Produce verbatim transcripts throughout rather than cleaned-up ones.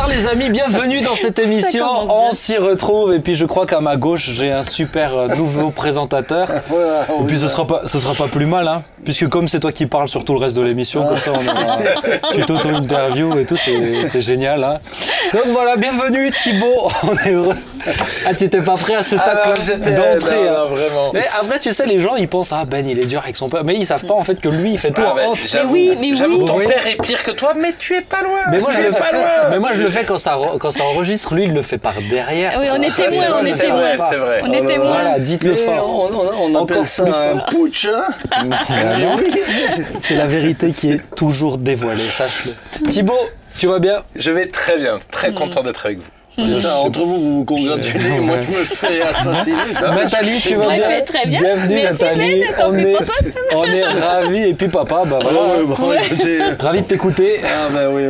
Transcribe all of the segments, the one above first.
Alors les amis, bienvenue dans cette émission, on s'y retrouve et puis je crois qu'à ma gauche j'ai un super euh, nouveau présentateur Voilà, et puis ce sera pas, ce sera pas plus mal hein, puisque comme c'est toi qui parles sur tout le reste de l'émission, comme ça on aura tu t'auto-interview et tout, c'est, c'est génial hein. Donc voilà, bienvenue Thibaut, on est heureux. Ah tu étais pas prêt à ce tacle d'entrée non, hein. non, vraiment. Mais après tu sais les gens ils pensent ah Ben il est dur avec son père, mais ils savent pas en fait que lui il fait tout Ah, en mais off. j'avoue, Mais oui, mais j'avoue oui. que ton Oui. père est pire que toi, mais tu es pas loin. Mais moi, tu je es le pas fais, loin. mais moi je le fais quand ça, quand ça enregistre, lui il le fait par derrière. Oui, on est Ça, c'est témoins, on vrai, est c'est vrai, témoins. c'est vrai. On est témoins. Voilà, dites-le Mais fort. on, on, on appelle Encore ça plus un fort. putsch, hein. C'est la vérité qui est toujours dévoilée, sache-le. Thibaut, tu vas bien? Je vais très bien, très content d'être avec vous. C'est ça, entre vous, vous vous congratulez, Je- moi ouais. je me fais assassiner. Ça. Nathalie, tu vas Ouais, bien? je vais très bien. Bienvenue Merci, Nathalie, Ben, t'en on fais est, pas on est ravis et puis papa, bah Ah voilà, ouais, bon, écoutez. ravi de t'écouter. Ah bah oui,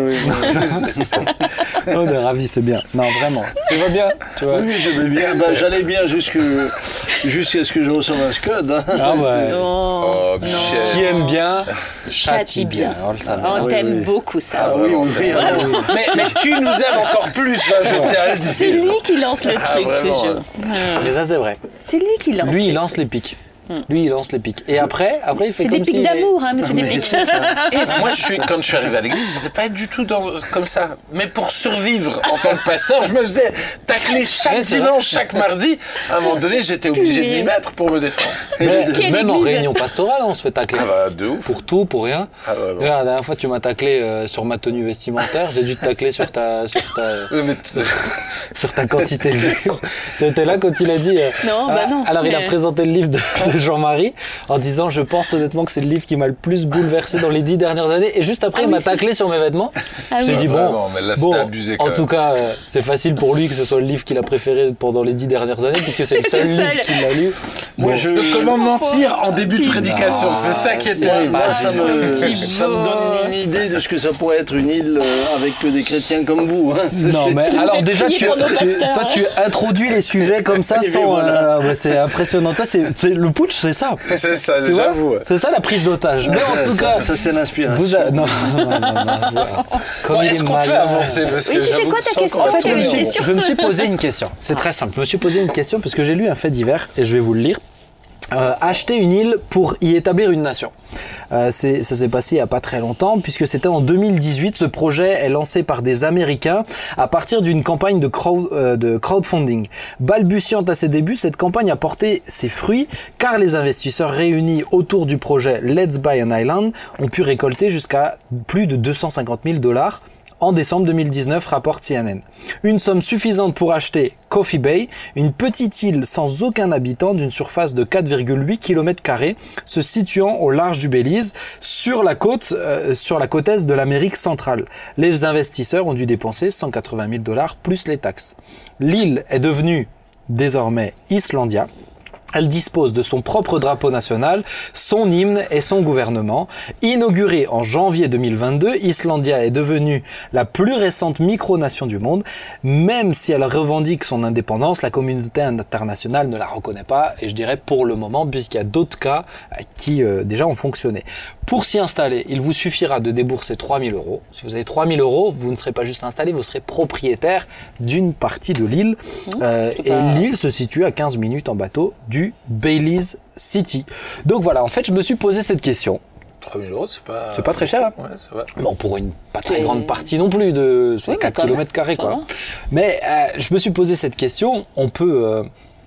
oui. On est ravis, c'est bien. Non vraiment, tu vas bien? Tu vas... Oui, je vais bien. Bah, j'allais bien jusque, jusqu'à ce que je reçoive un scud. Hein. Ah ouais. Non, Oh, non. Michel. Qui aime bien, Châtie bien. On le savait. On oui, t'aime oui. beaucoup ça. Ah oui, oui, oui. ah oui. mais, mais tu nous aimes encore plus, hein, je tiens à le dire. C'est lui qui lance le Ah, truc vraiment, toujours. Mais ça c'est vrai. C'est lui qui lance. Lui il les lance trucs. les pics. Lui il lance les pics. Et après, après il fait C'est comme des pics s'il est- d'amour, hein, mais c'est des Mais pics. c'est ça. Et moi, je suis, quand je suis arrivé à l'église, j'étais pas du tout dans, comme ça. Mais pour survivre en tant que pasteur, je me faisais tacler chaque Ouais, c'est dimanche, chaque mardi. À un moment donné, j'étais obligé de m'y mettre pour me défendre. Mais, Quelle même en église? réunion pastorale, on se fait tacler. Ah bah, de ouf. Pour tout, pour rien. Ah bah, bon. Regarde, la dernière fois, tu m'as taclé euh, sur ma tenue vestimentaire. J'ai dû te tacler sur ta, sur ta, Ouais, mais t- sur ta quantité de livres. T'étais là quand il a dit. euh, Non, bah ah, non. Alors, il a Mais- présenté le livre de, de Jean-Marie en disant je pense honnêtement que c'est le livre qui m'a le plus bouleversé dans les dix dernières années. Et juste après, Ah il oui, m'a c'est- taclé sur mes vêtements. Ah J'ai oui. dit bon, Vraiment, mais là, c'était bon, abusé, quand en même. tout cas, euh, c'est facile pour lui que ce soit le livre qu'il a préféré pendant les dix dernières années, puisque c'est le C'est seul le livre seul. qu'il a lu. Moi, Bon. je. De comment mentir en début de Non, prédication, c'est ça qui est c'est terrible. pas Moi, ça me, Thibaut. ça me donne une idée de ce que ça pourrait être une île euh, avec que des chrétiens comme vous. Hein. Non, mais alors fait déjà, prier tu, pour nos tu- pasteurs, toi, hein. tu introduis les sujets comme ça Et sans. voilà. euh, ouais, c'est impressionnant. Toi, c'est, c'est le putsch, c'est ça. C'est ça, Tu vois j'avoue. ouais. C'est ça la prise d'otage. Mais en tout ça, cas, ça c'est l'inspiration. vous a... non, non, non, non, non. Comme Bon, il est-ce est qu'on peut malin. avancer parce Oui, que c'était j'avoue quoi que ta sans question qu'on En fait, va il y avait tourner une en rond. question. Je me suis posé une question. C'est très simple. Je me suis posé une question parce que j'ai lu un fait divers et je vais vous le lire. Euh, acheter une île pour y établir une nation. Euh, c'est, ça s'est passé il n'y a pas très longtemps puisque c'était en deux mille dix-huit. Ce projet est lancé par des Américains à partir d'une campagne de, crowd, euh, de crowdfunding. Balbutiante à ses débuts, cette campagne a porté ses fruits car les investisseurs réunis autour du projet Let's Buy an Island ont pu récolter jusqu'à plus de deux cent cinquante mille dollars en décembre deux mille dix-neuf, rapporte C N N. Une somme suffisante pour acheter Coffee Bay, une petite île sans aucun habitant d'une surface de quatre virgule huit kilomètres carrés, se situant au large du Belize, sur la côte, euh, sur la côte est de l'Amérique centrale. Les investisseurs ont dû dépenser cent quatre-vingt mille dollars plus les taxes. L'île est devenue désormais Islandia. Elle dispose de son propre drapeau national, son hymne et son gouvernement. Inaugurée en janvier deux mille vingt-deux, Islandia est devenue la plus récente micronation du monde. Même si elle revendique son indépendance, la communauté internationale ne la reconnaît pas, et je dirais pour le moment, puisqu'il y a d'autres cas qui euh, déjà ont fonctionné. Pour s'y installer, il vous suffira de débourser trois mille euros. Si vous avez trois mille euros, vous ne serez pas juste installé, vous serez propriétaire d'une partie de l'île. Euh, et l'île se situe à quinze minutes en bateau du Belize City. Donc voilà, en fait, je me suis posé cette question. trois mille euros, c'est pas. C'est pas très cher, hein. Ouais, ça va. Bon, pour une pas très C'est- grande partie non plus, de Oui, mais quatre quand même, kilomètres carrés, ça quoi. va. Mais euh, je me suis posé cette question. On peut, euh,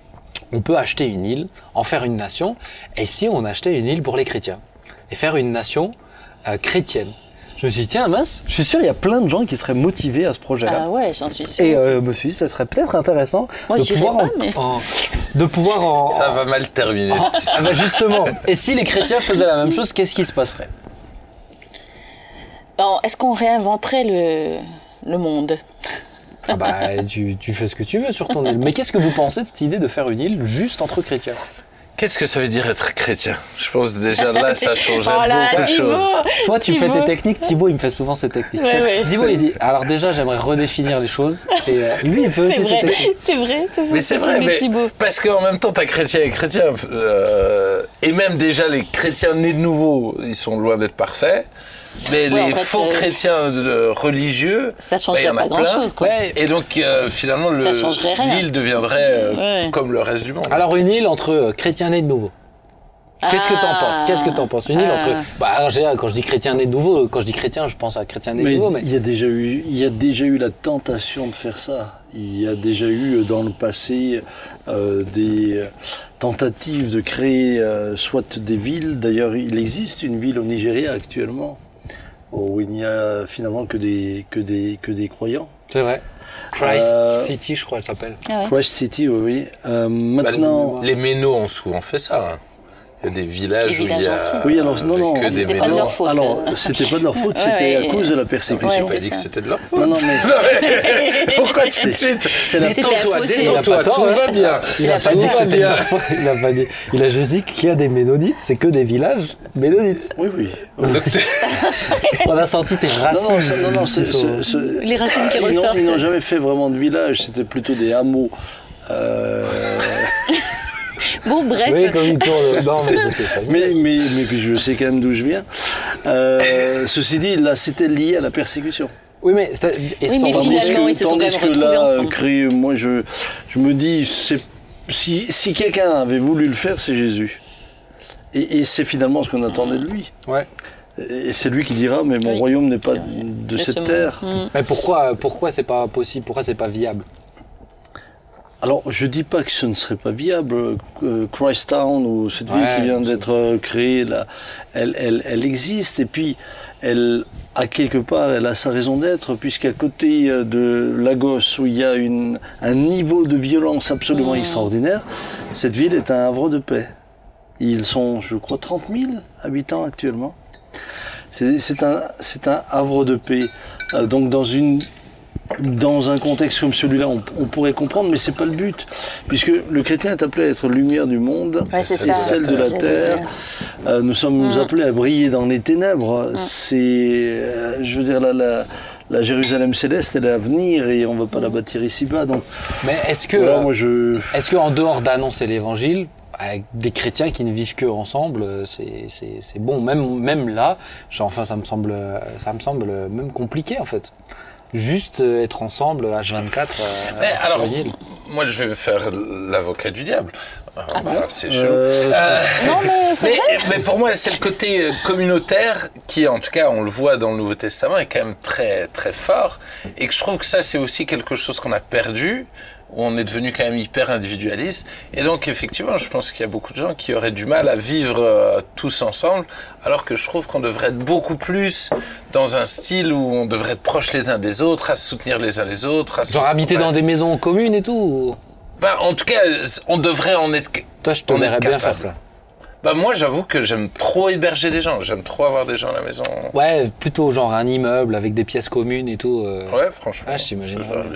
on peut acheter une île, en faire une nation. Et si on achetait une île pour les chrétiens et faire une nation euh, chrétienne? Je me suis dit, tiens, mince, je suis sûr, il y a plein de gens qui seraient motivés à ce projet-là. Ah ouais, j'en suis sûre. Et euh, je me suis dit, ça serait peut-être intéressant Moi, de, j'irais pouvoir pas, en- mais- en- de pouvoir en... Ça va mal terminer cette Ah histoire. bah justement. Et si les chrétiens faisaient la même chose, qu'est-ce qui se passerait? Bon, est-ce qu'on réinventerait le, le monde? Ah bah, tu, tu fais ce que tu veux sur ton île. Mais qu'est-ce que vous pensez de cette idée de faire une île juste entre chrétiens? Qu'est-ce que ça veut dire être chrétien? Je pense déjà là, ça changerait Oh là, beaucoup de Thibaut, choses. Toi, tu fais Thibaut. tes techniques. Thibaut, il me fait souvent ses techniques. Ouais, ouais. Thibaut, il dit, alors déjà, j'aimerais redéfinir les choses. Et euh, lui, il fait C'est aussi ses vrai, techniques. c'est vrai. Mais c'est vrai, mais Thibaut. parce qu'en même temps, t'as chrétien et chrétien. Euh, et même déjà, les chrétiens nés de nouveau, ils sont loin d'être parfaits. Mais Ouais, en les fait, faux euh, chrétiens de- religieux, Ça bah, il y changerait en a pas plein. grand-chose, quoi. Ouais. Et donc euh, finalement, le- Ça changerait rien. l'île deviendrait euh, Ouais. comme le reste du monde. Alors une île entre euh, chrétiens nés de nouveau. Qu'est-ce que t'en Ah. penses Qu'est-ce que t'en penses Une île Ah. entre. Bah, en général, quand je dis chrétien né de nouveau, quand je dis chrétien, je pense à chrétien né de Mais nouveau. Mais il y a déjà eu, il y a déjà eu la tentation de faire ça. Il y a déjà eu dans le passé euh, des tentatives de créer euh, soit des villes. D'ailleurs, il existe une ville au Nigeria actuellement où il n'y a finalement que des que des que des croyants. c'est vrai. Christ Euh, City, je crois, elle s'appelle. Ah ouais. Christ City, oui, oui. Euh, Bah, maintenant, les Ménos ont souvent fait ça. hein. Il y a des villages Des où il y villages a entiers. oui, alors non, non, que des c'était pas de Ménos. leur faute. alors c'était pas de leur faute, Ouais, c'était ouais. à cause de la persécution. Ouais, J'ai pas c'est dit que ça. c'était de leur faute. Non, non, mais Pourquoi tout de suite c'est la C'était Détends-toi, à cause- Il a détends-toi, pas tort, tout hein. va bien. Il a Tout pas dit va que c'était de bien. leur faute. Il a pas dit. Il a juste dit qu'il y a des ménonites, c'est que des villages ménonites. oui, oui. On a senti tes Non, racines. non, ça- non, non, c'est- qui sont- c'est- c'est- Les racines qui Ils n'ont- ressortent. Ils n'ont jamais fait vraiment de village, c'était plutôt des hameaux. Euh, Bon, bref. Oui, comme il tourne. Non, mais c'est ça. mais, mais, mais puis je sais quand même d'où je viens. Euh, ceci dit, là, c'était lié à la persécution. Oui, mais c'est- ils Oui, sont mais pas Tandis finalement, que, ils se sont tandis quand même que retrouvés là, ensemble. créer, moi, je, je me dis, c'est- si, si quelqu'un avait voulu le faire, c'est Jésus. Et, et c'est finalement ce qu'on attendait de lui. Ouais. Et c'est lui qui dira, mais mon Oui. royaume n'est pas C'est vrai. de De ce cette monde. terre. Mm. Mais pourquoi, pourquoi c'est pas possible Pourquoi c'est pas viable Alors, je dis pas que ce ne serait pas viable. Euh, Christ Town, ou cette ville Ouais, qui vient c'est- d'être euh, créée, là, elle, elle, elle existe. Et puis, elle, à quelque part, elle a sa raison d'être, puisqu'à côté euh, de Lagos, où il y a une, un niveau de violence absolument Mmh. extraordinaire, cette ville est un havre de paix. Ils sont, je crois, trente mille habitants actuellement. C'est c'est un, c'est un havre de paix. Euh, donc, dans une dans un contexte comme celui-là, on, on pourrait comprendre, mais c'est pas le but, puisque le chrétien est appelé à être lumière du monde, Ouais, c'est et ça. celle de la J'allais terre. dire. Euh, nous sommes Mm. appelés à briller dans les ténèbres. C'est, euh, je veux dire, la, la, la Jérusalem céleste, elle est à venir et on va pas la bâtir ici-bas. Donc, Mais est-ce que, voilà, moi je. est-ce que en dehors d'annoncer l'évangile, avec des chrétiens qui ne vivent que ensemble, euh, c'est, c'est, c'est bon. Même, même là, genre, enfin, ça me semble, ça me semble même compliqué en fait. Juste euh, être ensemble H vingt-quatre. Euh, Mais alors, sur une île. moi je vais faire l'avocat du diable. Euh, bah, c'est chaud. Euh, Euh, Non, mais c'est mais, vrai. mais pour moi, c'est le côté euh, communautaire qui, en tout cas, on le voit dans le Nouveau Testament, est quand même très très fort. Et que je trouve que ça, c'est aussi quelque chose qu'on a perdu, où on est devenu quand même hyper individualiste. Et donc, effectivement, je pense qu'il y a beaucoup de gens qui auraient du mal à vivre euh, tous ensemble, alors que je trouve qu'on devrait être beaucoup plus dans un style où on devrait être proches les uns des autres, à se soutenir les uns les autres. À se- Genre habiter Ouais. dans des maisons communes et tout. ou- Ben, en tout cas, on devrait en être... Toi, je te On est verrais bien capable. faire ça. Bah moi, j'avoue que j'aime trop héberger des gens. J'aime trop avoir des gens à la maison. Ouais, plutôt genre un immeuble avec des pièces communes et tout. euh. Ouais, franchement. Ah, je t'imagine. ça, j'aimerais bien.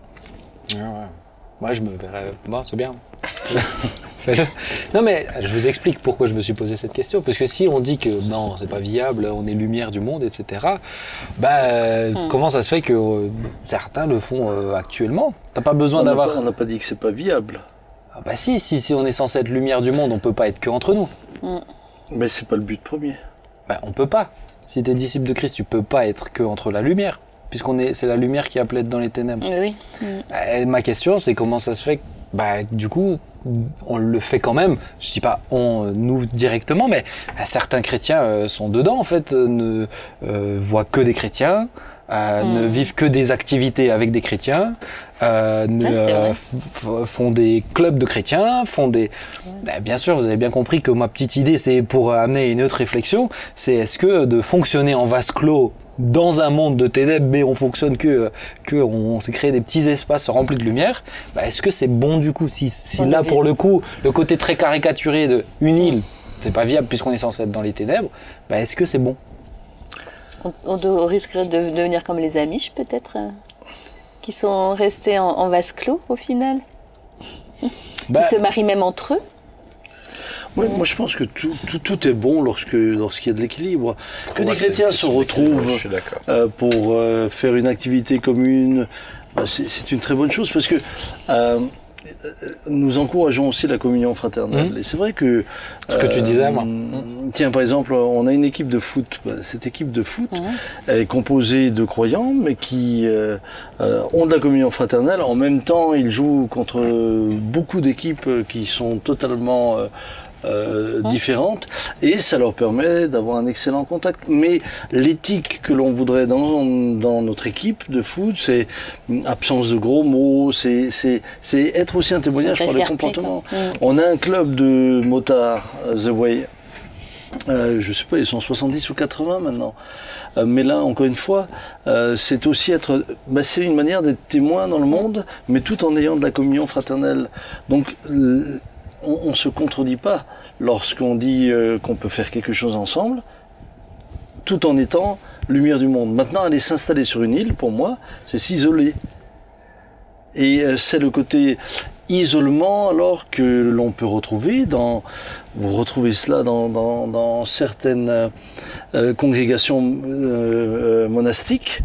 Ouais, ouais. Moi, je me verrais. Bon, c'est bien. Fais-le. Non, mais je vous explique pourquoi je me suis posé cette question. Parce que si on dit que non, c'est pas viable, on est lumière du monde, et cetera, bah, euh, Hmm. comment ça se fait que euh, certains le font euh, actuellement? T'as pas besoin on n'a d'avoir. pas, on n'a pas dit que c'est pas viable, Ah, bah, si, si, si on est censé être lumière du monde, on peut pas être que entre nous. mais c'est pas le but premier. Bah, on peut pas. Si t'es disciple de Christ, tu peux pas être que entre la lumière. Puisqu'on est, c'est la lumière qui appelle dans les ténèbres. Oui. Euh, ma question, c'est comment ça se fait que, bah, du coup, on le fait quand même. Je dis pas on, euh, nous directement, mais euh, certains chrétiens euh, sont dedans, en fait, euh, ne euh, voient que des chrétiens, euh, Mm. ne vivent que des activités avec des chrétiens, euh, ne, Ouais, c'est vrai. euh, f- f- font des clubs de chrétiens, font des... Bah, bien sûr, vous avez bien compris que ma petite idée, c'est pour amener une autre réflexion, c'est est-ce que de fonctionner en vase clos dans un monde de ténèbres, mais on fonctionne que, que on s'est créé des petits espaces remplis de lumière, bah est-ce que c'est bon du coup? Si, si Pour là, le pour le coup, le côté très caricaturé de une île, c'est pas viable puisqu'on est censé être dans les ténèbres, bah est-ce que c'est bon? On, on doit- on risquerait de devenir comme les Amish, peut-être, euh, qui sont restés en, en vase clos, au final. Bah, Ils se marient même entre eux. Ouais, moi, je pense que tout, tout, tout est bon lorsque, lorsqu'il y a de l'équilibre. Que Pour moi, des c'est chrétiens une se question d'équilibre, retrouvent Je suis d'accord. euh, pour euh, faire une activité commune, bah, c'est c'est une très bonne chose parce que euh, nous encourageons aussi la communion fraternelle. Mmh. Et c'est vrai que... Ce que euh, tu disais, moi. Tiens, par exemple, on a une équipe de foot. Cette équipe de foot mmh. est composée de croyants, mais qui euh, euh, ont de la communion fraternelle. En même temps, ils jouent contre beaucoup d'équipes qui sont totalement... Euh, Euh, différentes, et ça leur permet d'avoir un excellent contact. Mais l'éthique que l'on voudrait dans, dans notre équipe de foot, c'est absence de gros mots, c'est, c'est, c'est être aussi un témoignage par le comportement. Mmh. On a un club de motards, The Way, euh, je sais pas, ils sont soixante-dix ou quatre-vingts maintenant. Euh, mais là, encore une fois, euh, c'est aussi être, bah, c'est une manière d'être témoin dans le monde, mais tout en ayant de la communion fraternelle. Donc, l- on ne se contredit pas lorsqu'on dit euh, qu'on peut faire quelque chose ensemble, tout en étant lumière du monde. Maintenant, aller s'installer sur une île, pour moi, c'est s'isoler. Et euh, c'est le côté isolement, alors que l'on peut retrouver dans... Vous retrouvez cela dans, dans, dans certaines euh, congrégations euh, monastiques,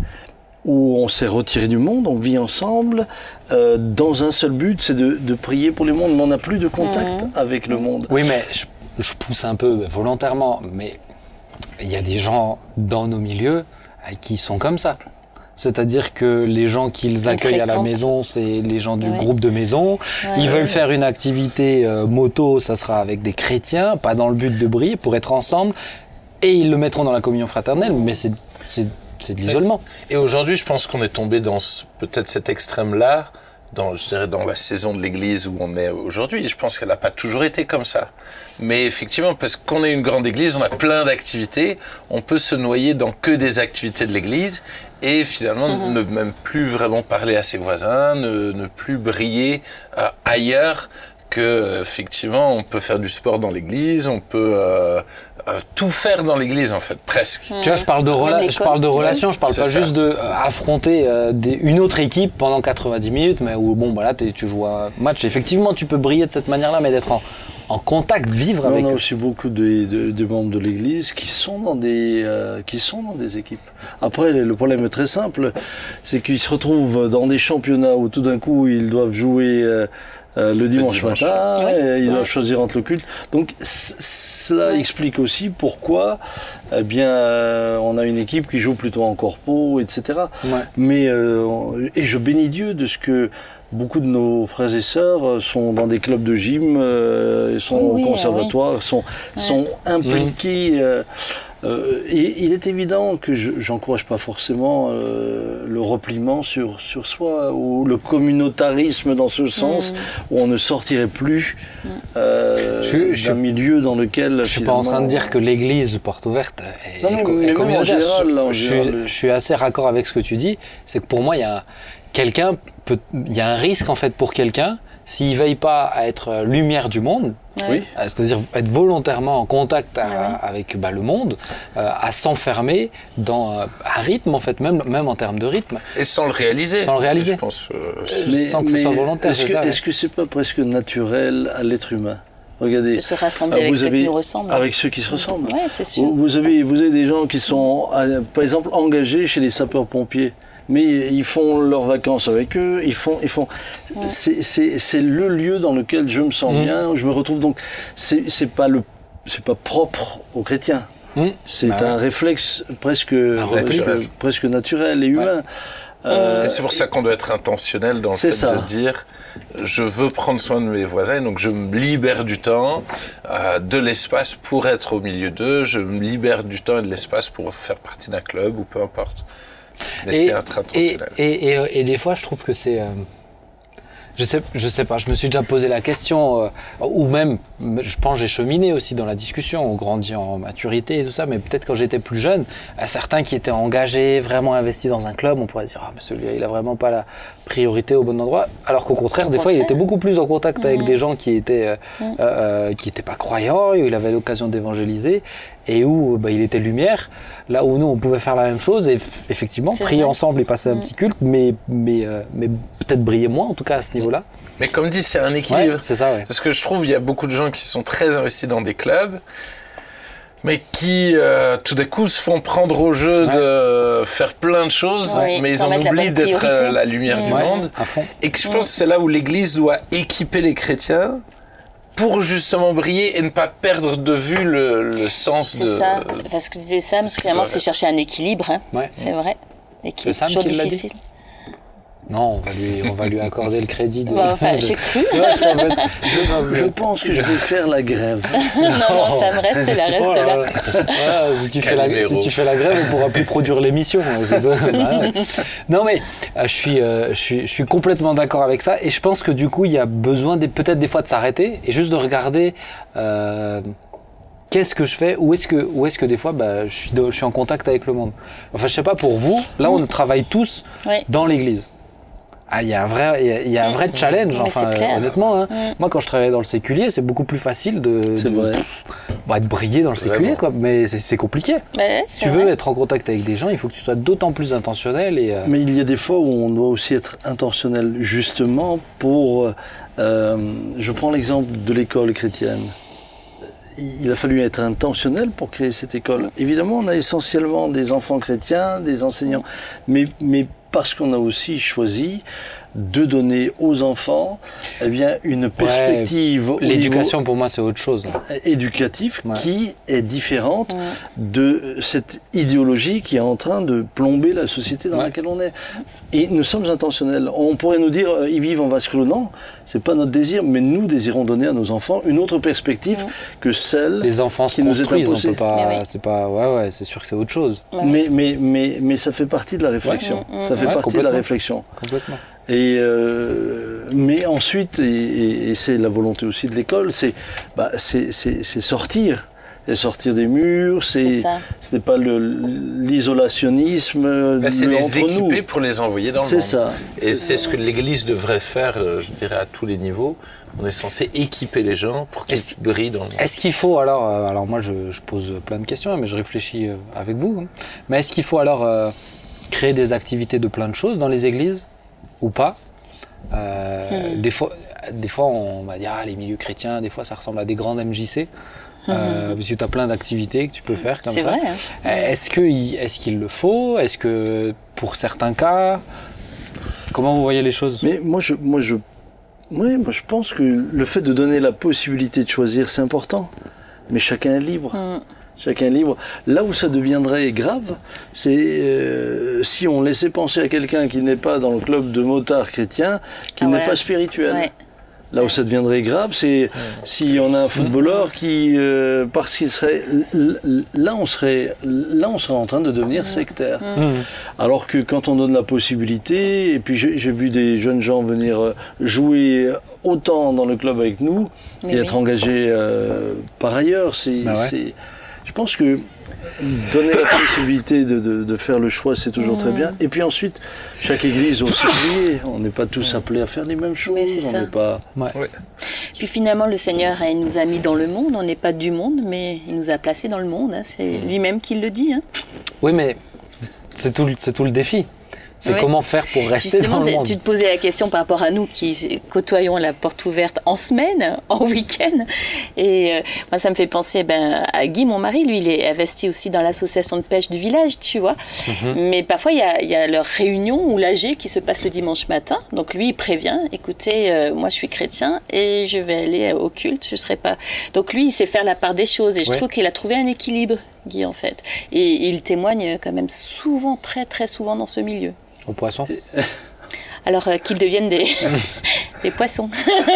où on s'est retiré du monde, on vit ensemble, euh, dans un seul but, c'est de, de prier pour les mondes, mais on n'a plus de contact mmh. avec le monde. Oui, mais je, je pousse un peu volontairement, mais il y a des gens dans nos milieux qui sont comme ça. C'est-à-dire que les gens qu'ils accueillent à la maison, c'est les gens du ouais. groupe de maison. Ouais, Ils veulent ouais. faire une activité euh, moto, ça sera avec des chrétiens, pas dans le but de briller, pour être ensemble, et ils le mettront dans la communion fraternelle, mais c'est... c'est C'est de l'isolement. Et aujourd'hui, je pense qu'on est tombé dans ce, peut-être cet extrême-là, dans, je dirais, dans la saison de l'Église où on est aujourd'hui. Je pense qu'elle n'a pas toujours été comme ça. Mais effectivement, parce qu'on est une grande Église, on a plein d'activités, on peut se noyer dans que des activités de l'Église et finalement mm-hmm. ne même plus vraiment parler à ses voisins, ne, ne plus briller euh, ailleurs. Que effectivement, on peut faire du sport dans l'église, on peut euh, euh, tout faire dans l'église en fait, presque. Mmh. Tu vois, je parle de rela- je parle de relations, je parle c'est pas ça. juste de euh, affronter euh, des, une autre équipe pendant quatre-vingt-dix minutes, mais où bon, voilà, t'es, tu joues un match. Effectivement, tu peux briller de cette manière-là, mais d'être en, en contact, vivre avec. On a eux. aussi beaucoup de, de, de membres de l'église qui sont dans des euh, qui sont dans des équipes. Après, le problème est très simple, c'est qu'ils se retrouvent dans des championnats où tout d'un coup ils doivent jouer. Euh, Euh, le dimanche, le dimanche matin, oui, et ils ouais. doivent choisir entre le culte. Donc c- cela ouais. explique aussi pourquoi, eh bien, euh, on a une équipe qui joue plutôt en corpo, et cetera. Ouais. Mais euh, et je bénis Dieu de ce que beaucoup de nos frères et sœurs sont dans des clubs de gym, euh, sont oui, au conservatoire, oui. sont ouais. sont impliqués. Mmh. Euh, Euh, et il est évident que je j'encourage pas forcément euh, le repliement sur sur soi ou le communautarisme dans ce sens mmh. où on ne sortirait plus euh, je, je, d'un milieu dans lequel je suis pas en train de dire que l'église porte ouverte est, non, non, est, est communautaire. En général, là, en je, général, suis, je suis assez raccord avec ce que tu dis. C'est que pour moi, il y a quelqu'un peut, il y a un risque en fait pour quelqu'un s'il veille pas à être lumière du monde. Oui. C'est-à-dire être volontairement en contact à, ouais. avec bah, le monde, euh, à s'enfermer dans euh, un rythme en fait, même même en termes de rythme. Et sans le réaliser. Sans le réaliser. Je pense. Euh, mais, sans que mais ce soit volontaire. Est-ce que ça, est-ce ouais. que c'est pas presque naturel à l'être humain? Regardez. De se rassembler avec vous ceux avez, qui nous ressemblent. Avec ceux qui se ressemblent. Ouais, c'est sûr. Vous, vous avez vous avez des gens qui sont, euh, par exemple, engagés chez les sapeurs-pompiers. Mais ils font leurs vacances avec eux, ils font, ils font. Mmh. C'est, c'est, c'est le lieu dans lequel je me sens mmh. bien, où je me retrouve. Donc, c'est, c'est pas le, c'est pas propre aux chrétiens. Mmh. C'est bah un ouais. réflexe presque, presque, presque naturel et humain. Ouais. Euh, et c'est pour ça qu'on doit être intentionnel dans le fait ça. de dire, je veux prendre soin de mes voisins, donc je me libère du temps, euh, de l'espace pour être au milieu d'eux, je me libère du temps et de l'espace pour faire partie d'un club ou peu importe. Mais et, c'est intentionnel. Et, et, et, et des fois, je trouve que c'est... Euh, je sais, je sais pas, je me suis déjà posé la question, euh, ou même, je pense j'ai cheminé aussi dans la discussion, on grandit en maturité et tout ça, mais peut-être quand j'étais plus jeune, à certains qui étaient engagés, vraiment investis dans un club, on pourrait dire, ah, mais celui-là, il a vraiment pas la priorité au bon endroit, alors qu'au contraire, au des contraire. fois, il était beaucoup plus en contact mmh. avec des gens qui étaient, euh, mmh. euh, qui étaient pas croyants, où il avait l'occasion d'évangéliser, et où bah, il était lumière, là où nous on pouvait faire la même chose et f- effectivement c'est prier vrai. ensemble et passer mmh. un petit culte, mais, mais, euh, mais peut-être briller moins en tout cas à ce niveau-là. Mais comme dit, c'est un équilibre. Ouais, c'est ça, ouais. Parce que je trouve qu'il y a beaucoup de gens qui sont très investis dans des clubs, mais qui euh, tout d'un coup se font prendre au jeu ouais. de faire plein de choses, oui, mais ils en oublient d'être euh, la lumière mmh. du ouais, monde. à fond. Et que je pense mmh. que c'est là où l'Église doit équiper les chrétiens pour justement briller et ne pas perdre de vue le, le sens c'est de... C'est ça, parce que tu disais Sam, finalement c'est chercher un équilibre, hein. ouais. c'est vrai. L'équilibre, c'est Sam toujours qui difficile. L'a dit. Non, on va lui, on va lui accorder le crédit de... Bah, enfin, de... j'ai cru. Ouais, je, je pense que je vais faire la grève. non, non, ça me reste là, reste oh, là. Ouais, si, tu fais la, si tu fais la grève, on ne pourra plus produire l'émission. bah, ouais. Non, mais euh, je, suis, euh, je, suis, je suis complètement d'accord avec ça. Et je pense que du coup, il y a besoin des, peut-être des fois de s'arrêter et juste de regarder... Euh, qu'est-ce que je fais, où est-ce que, où est-ce que des fois bah, je, suis de, je suis en contact avec le monde. Enfin, je sais pas, pour vous, là, on travaille tous oui. dans l'église. Ah, il y a un vrai, il y a, il y a un vrai challenge. Enfin, euh, honnêtement, hein. mm. moi, quand je travaillais dans le séculier, c'est beaucoup plus facile de, de, de, bah, de briller dans le séculier, quoi. Mais c'est, c'est compliqué. Mais si tu veux vrai. être en contact avec des gens, il faut que tu sois d'autant plus intentionnel. Et, euh... Mais il y a des fois où on doit aussi être intentionnel, justement pour. Euh, je prends l'exemple de l'école chrétienne. Il a fallu être intentionnel pour créer cette école. Évidemment, on a essentiellement des enfants chrétiens, des enseignants, mais, mais parce qu'on a aussi choisi de donner aux enfants eh bien, une perspective... Ouais, l'éducation, pour moi, c'est autre chose. Là. Éducative, ouais. qui est différente ouais. de cette idéologie qui est en train de plomber la société dans ouais. laquelle on est. Et nous sommes intentionnels. On pourrait nous dire, euh, ils vivent en vase clos. Non, c'est pas notre désir, mais nous désirons donner à nos enfants une autre perspective ouais. que celle Les enfants qui se nous est construisent, imposée. On peut pas, oui. c'est pas, ouais, ouais, c'est sûr que c'est autre chose. Ouais. Mais, mais, mais, mais ça fait partie de la réflexion. Ouais. Ça fait ouais, partie de la réflexion. Complètement. Et euh, mais ensuite, et, et, et c'est la volonté aussi de l'école, c'est, bah, c'est, c'est, c'est sortir, c'est sortir des murs, c'est, ce n'est pas le, l'isolationnisme. Bah, c'est les entre équiper nous. Pour les envoyer dans c'est le monde. Ça. Et c'est, c'est ce que l'Église devrait faire, je dirais, à tous les niveaux. On est censé équiper les gens pour qu'ils est-ce, brillent dans le monde. Est-ce qu'il faut alors, euh, alors moi je, je pose plein de questions, mais je réfléchis euh, avec vous, hein. Mais est-ce qu'il faut alors euh, créer des activités de plein de choses dans les églises ou pas? Euh, mmh. des, fois, des fois, on va dire ah, les milieux chrétiens, des fois, ça ressemble à des grandes M J C. Mmh. Euh, parce que tu as plein d'activités que tu peux faire comme c'est ça. Vrai, hein. Est-ce, que, est-ce qu'il le faut? Est-ce que pour certains cas, comment vous voyez les choses? Mais moi, je, moi, je, ouais, moi, je pense que le fait de donner la possibilité de choisir, c'est important. Mais chacun est libre. Mmh. Chacun est libre. Là où ça deviendrait grave, c'est euh, si on laissait penser à quelqu'un qui n'est pas dans le club de motards chrétiens, qui ah, n'est voilà. pas spirituel. Ouais. Là où ça deviendrait grave, c'est ouais. si on a un footballeur qui, euh, parce qu'il serait, là on serait, là on serait en train de devenir mmh. sectaire. Mmh. Alors que quand on donne la possibilité, et puis j'ai, j'ai vu des jeunes gens venir jouer autant dans le club avec nous Mais et oui. être engagés euh, par ailleurs, c'est, bah ouais. c'est je pense que donner la possibilité de, de, de faire le choix, c'est toujours mmh. très bien. Et puis ensuite, chaque église aussi liée. On n'est pas tous appelés à faire les mêmes choses. Mais c'est on ça. n'est pas. Ouais. Ouais. Puis finalement, le Seigneur il nous a mis dans le monde. On n'est pas du monde, mais il nous a placés dans le monde. Hein. C'est mmh. lui-même qui le dit. Hein. Oui, mais c'est tout, c'est tout le défi. C'est oui. comment faire pour rester Justement, dans le monde. Tu te posais la question par rapport à nous qui côtoyons la porte ouverte en semaine, en week-end. Et euh, moi, ça me fait penser ben, à Guy, mon mari. Lui, il est investi aussi dans l'association de pêche du village, tu vois. Mm-hmm. Mais parfois, il y a, y a leur réunion ou l'A G qui se passe le dimanche matin. Donc lui, il prévient, écoutez, euh, moi, je suis chrétien et je vais aller au culte. Je serai pas. Donc lui, il sait faire la part des choses. Et je ouais. trouve qu'il a trouvé un équilibre, Guy, en fait. Et il témoigne quand même souvent, très, très souvent dans ce milieu. Aux poissons. Alors euh, qu'ils deviennent des, des poissons.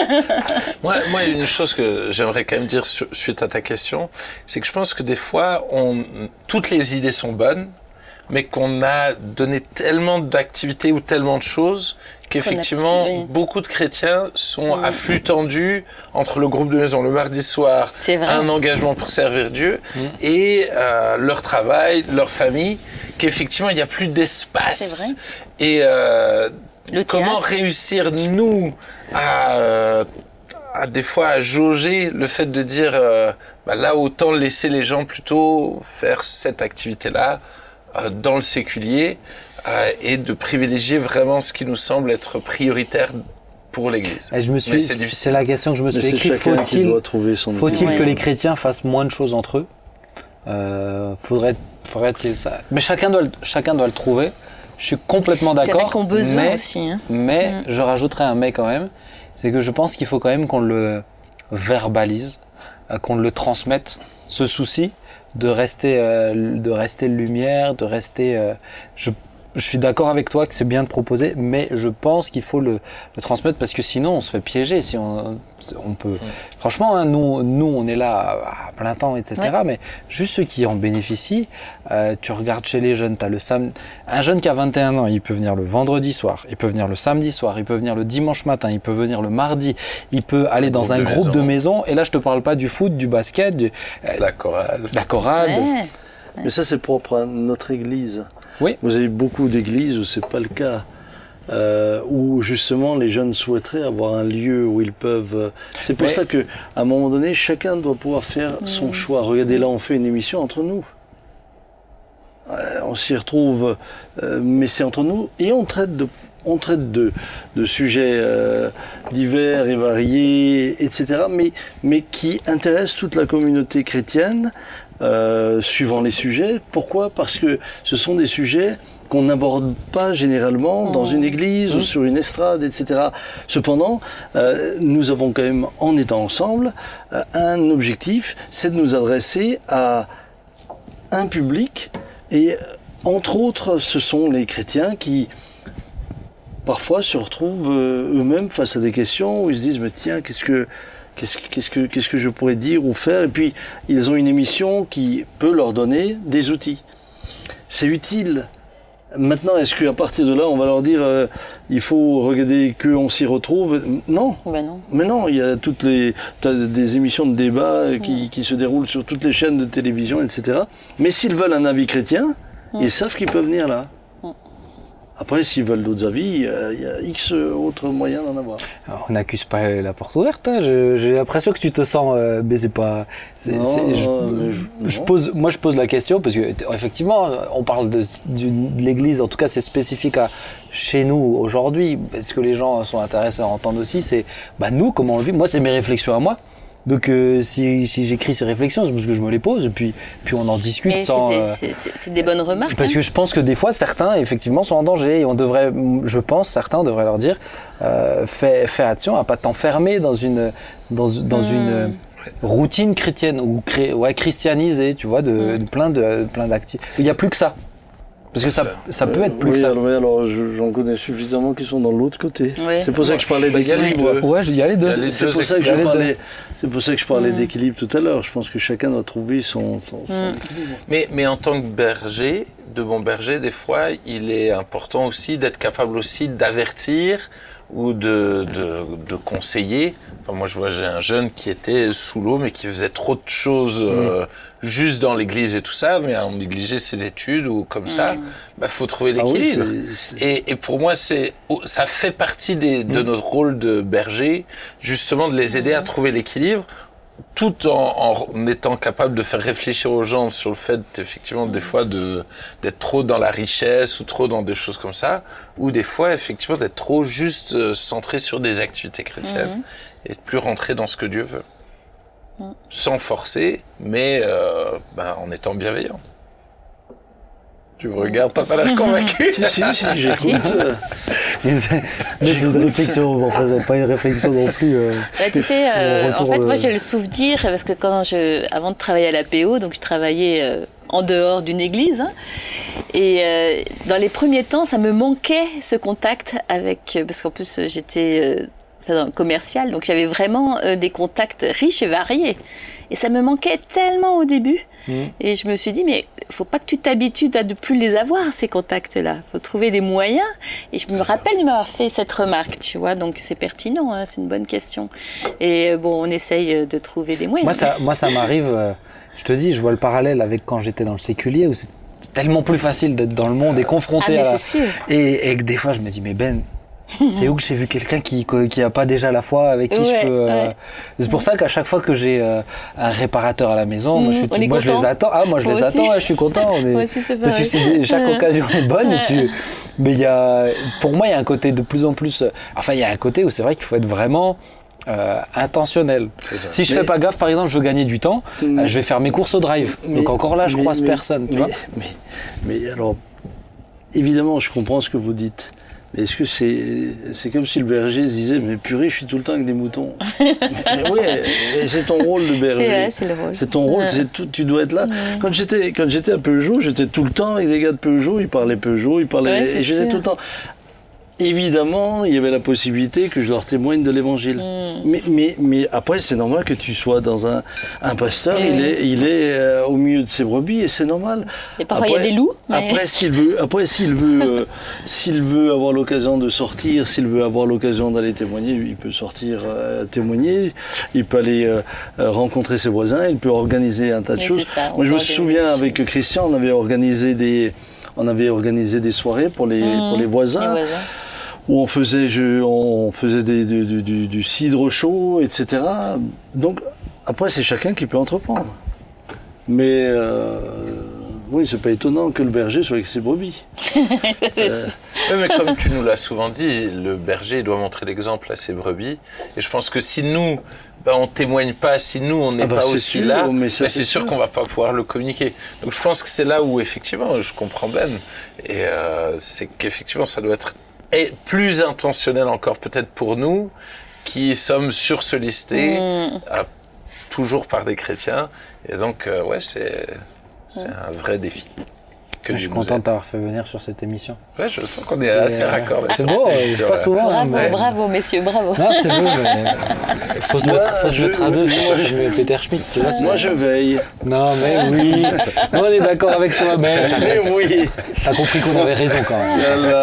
moi, moi, une chose que j'aimerais quand même dire su- suite à ta question, c'est que je pense que des fois, on, toutes les idées sont bonnes, mais qu'on a donné tellement d'activités ou tellement de choses qu'effectivement, a... oui. beaucoup de chrétiens sont mmh. à flux tendu entre le groupe de maison le mardi soir, un engagement pour servir Dieu, mmh. et euh, leur travail, leur famille, qu'effectivement, il n'y a plus d'espace. C'est vrai. Et euh, comment réussir, nous, à, euh, à des fois à jauger le fait de dire, euh, bah là, autant laisser les gens plutôt faire cette activité-là euh, dans le séculier, Euh, et de privilégier vraiment ce qui nous semble être prioritaire pour l'Église. Et je me suis, c'est, c'est la question que je me suis écrite. Faut-il, faut-il ouais. que les chrétiens fassent moins de choses entre eux Euh, faudrait, faudrait-il ça. Mais chacun doit, le, chacun doit le trouver. Je suis complètement d'accord. Il y en a qui ont besoin mais, aussi. Hein. Mais mm. je rajouterai un mais quand même. C'est que je pense qu'il faut quand même qu'on le verbalise, qu'on le transmette, ce souci de rester, euh, de rester lumière, de rester. Euh, je, je suis d'accord avec toi que c'est bien de proposer, mais je pense qu'il faut le, le transmettre parce que sinon on se fait piéger. Si on, on peut. Mm. Franchement, hein, nous, nous, on est là à plein temps, et cetera. Ouais. Mais juste ceux qui en bénéficient, euh, tu regardes chez les jeunes, t'as le sam... un jeune qui a vingt et un ans, il peut venir le vendredi soir, il peut venir le samedi soir, il peut venir le dimanche matin, il peut venir le mardi, il peut aller le dans un groupe maison. de maison. Et là, je te parle pas du foot, du basket, du... la chorale. La chorale. Ouais. Mais ça, c'est propre à notre église. Oui. Vous avez beaucoup d'églises où c'est pas le cas. Euh, où justement les jeunes souhaiteraient avoir un lieu où ils peuvent. C'est pour Mais... ça que, à un moment donné, chacun doit pouvoir faire mmh. son choix. Regardez, là, on fait une émission entre nous. Euh, on s'y retrouve, euh, mais c'est entre nous et on traite de, on traite de, de sujets euh, divers et variés, et cetera. Mais, mais qui intéressent toute la communauté chrétienne, euh, suivant les sujets. Pourquoi ? Parce que ce sont des sujets qu'on n'aborde pas généralement dans une église mmh. ou sur une estrade, et cetera. Cependant, euh, nous avons quand même, en étant ensemble, euh, un objectif, c'est de nous adresser à un public, et entre autres, ce sont les chrétiens qui, parfois, se retrouvent euh, eux-mêmes face à des questions où ils se disent, mais tiens, qu'est-ce que, qu'est-ce, qu'est-ce que, qu'est-ce que je pourrais dire ou faire ? Et puis, ils ont une émission qui peut leur donner des outils. C'est utile. Maintenant, est-ce qu'à partir de là, on va leur dire euh, il faut regarder qu'on s'y retrouve ? Non. Ben non. Mais non, il y a toutes les t'as des émissions de débat qui, mmh. qui se déroulent sur toutes les chaînes de télévision, et cetera. Mais s'ils veulent un avis chrétien, mmh. ils savent qu'ils peuvent venir là. Mmh. Après, s'ils veulent d'autres avis, euh, il y a X autres moyens d'en avoir. Alors, on n'accuse pas la porte ouverte. Hein. Je, j'ai l'impression que tu te sens, euh, mais c'est pas. C'est, non, c'est, je, mais je, je pose, moi, je pose la question parce que effectivement, on parle de, de l'Église. En tout cas, c'est spécifique à chez nous aujourd'hui. Ce que les gens sont intéressés à entendre aussi, c'est bah nous, comment on le vit. Moi, c'est mes réflexions à moi. Donc euh, si, si j'écris ces réflexions, c'est parce que je me les pose et puis, puis on en discute mais sans... C'est, euh, c'est, c'est, c'est des bonnes remarques. Parce hein. que je pense que des fois, certains, effectivement, sont en danger et on devrait, je pense, certains devraient leur dire euh, fais, fais attention à ne pas t'enfermer dans une, dans, dans mmh. une routine chrétienne ou cré, ouais, christianisée, tu vois, de, mmh. de plein, de, plein d'actifs. Il n'y a plus que ça. Parce que ça, ça peut être plus oui, que ça. Alors, oui, alors je, j'en connais suffisamment qui sont dans l'autre côté. Oui. C'est pour ça que je parlais d'équilibre. Ouais, il y a les deux. C'est pour ça que je parlais, c'est pour ça que je parlais mmh. d'équilibre tout à l'heure. Je pense que chacun doit trouver son, son, son mmh. équilibre. Mais, mais en tant que berger, de bon berger, des fois, il est important aussi d'être capable aussi d'avertir ou de, de, de conseiller. Enfin, moi, je vois, j'ai un jeune qui était sous l'eau, mais qui faisait trop de choses euh, mmh. juste dans l'église et tout ça, mais on négligeait ses études ou comme mmh. ça. Bah, faut trouver l'équilibre. Ah oui, c'est, c'est... Et, et pour moi, c'est, ça fait partie des, de mmh. notre rôle de berger, justement, de les aider mmh. à trouver l'équilibre, tout en, en étant capable de faire réfléchir aux gens sur le fait, effectivement, des fois, de, d'être trop dans la richesse ou trop dans des choses comme ça, ou des fois, effectivement, d'être trop juste euh, centré sur des activités chrétiennes mmh. et de plus rentrer dans ce que Dieu veut. Mmh. Sans forcer, mais euh, ben, en étant bienveillant. Tu me regardes, t'as pas l'air convaincu. Si, si, si, j'écoute. mais, c'est, mais c'est une réflexion, enfin, c'est pas une réflexion non plus. Euh, bah, tu sais, euh, en fait, moi, j'ai le souvenir, parce que quand je, avant de travailler à l'A P O, donc je travaillais euh, en dehors d'une église, hein, et euh, dans les premiers temps, ça me manquait ce contact avec, parce qu'en plus, j'étais euh, commercial, donc j'avais vraiment euh, des contacts riches et variés. Et ça me manquait tellement au début. Mmh. Et je me suis dit, mais il ne faut pas que tu t'habitues à ne plus les avoir, ces contacts-là. Il faut trouver des moyens. Et je me rappelle de m'avoir fait cette remarque, tu vois. Donc c'est pertinent, hein, c'est une bonne question. Et bon, on essaye de trouver des moyens. Moi, ça, moi, ça m'arrive, euh, je te dis, je vois le parallèle avec quand j'étais dans le séculier, où c'est tellement plus facile d'être dans le monde et confronté ah, à la... c'est sûr. Et, et que des fois, je me dis, mais Ben... c'est où que j'ai vu quelqu'un qui qui a pas déjà la foi avec qui ouais, je peux euh... ouais. c'est pour ça qu'à chaque fois que j'ai euh, un réparateur à la maison, mmh, moi je suis moi je les attends ah moi je moi les aussi. attends je suis content on est... moi aussi, c'est parce que c'est, chaque ouais. occasion est bonne et tu... mais il y a pour moi il y a un côté de plus en plus enfin il y a un côté où c'est vrai qu'il faut être vraiment euh, intentionnel. Si je mais, fais pas gaffe, par exemple, je veux gagner du temps, mais, euh, je vais faire mes courses au drive. Mais, Donc encore là, je mais, croise mais, personne. Tu mais, vois mais, mais, mais alors, évidemment, je comprends ce que vous dites. Mais est-ce que c'est c'est comme si le berger se disait mais purée, je suis tout le temps avec des moutons. mais, mais oui, c'est ton rôle de berger. C'est, vrai, c'est le rôle. C'est ton rôle, ouais. c'est tout, tu dois être là. Ouais. Quand j'étais quand j'étais à Peugeot, j'étais tout le temps avec des gars de Peugeot, ils parlaient Peugeot, ils parlaient ouais, et j'étais tout le temps. Évidemment, il y avait la possibilité que je leur témoigne de l'évangile. Mm. Mais, mais, mais après, c'est normal que tu sois dans un, un pasteur, et il est, il est euh, au milieu de ses brebis et c'est normal. Et parfois, après, il y a des loups. Mais... Après, s'il veut, après, s'il veut, euh, s'il veut avoir l'occasion de sortir, s'il veut avoir l'occasion d'aller témoigner, il peut sortir euh, témoigner, il peut aller euh, rencontrer ses voisins, il peut organiser un tas de mais choses. Ça, Moi, je me souviens, avec Christian, on avait organisé des, on avait organisé des soirées pour les, mm. pour les voisins. Les voisins. Où on faisait, je, on faisait des, du, du, du cidre chaud, et cetera. Donc, après, c'est chacun qui peut entreprendre. Mais, euh, oui, c'est pas étonnant que le berger soit avec ses brebis. euh... oui, mais comme tu nous l'as souvent dit, le berger doit montrer l'exemple à ses brebis. Et je pense que si nous, ben, on témoigne pas, si nous, on n'est ah bah pas aussi sûr, là, mais ça, ben, c'est, c'est sûr, sûr qu'on va pas pouvoir le communiquer. Donc, je pense que c'est là où, effectivement, je comprends Ben. Et euh, c'est qu'effectivement, ça doit être et plus intentionnel encore peut-être pour nous qui sommes sursollicités mmh. euh, toujours par des chrétiens et donc euh, ouais c'est c'est mmh. un vrai défi. Que je suis content de t'avoir fait venir sur cette émission. Ouais, je sens qu'on est assez euh, raccord. C'est beau, c'est pas souvent. Bravo, mais... bravo, messieurs, bravo. Non, c'est beau, mais faut se mettre, faut se mettre à deux. Moi, je vais Peter Schmitt, tu vois. Moi, je veille. Non, mais oui. On est d'accord avec toi, Ben. Mais oui. T'as compris qu'on avait raison quand même.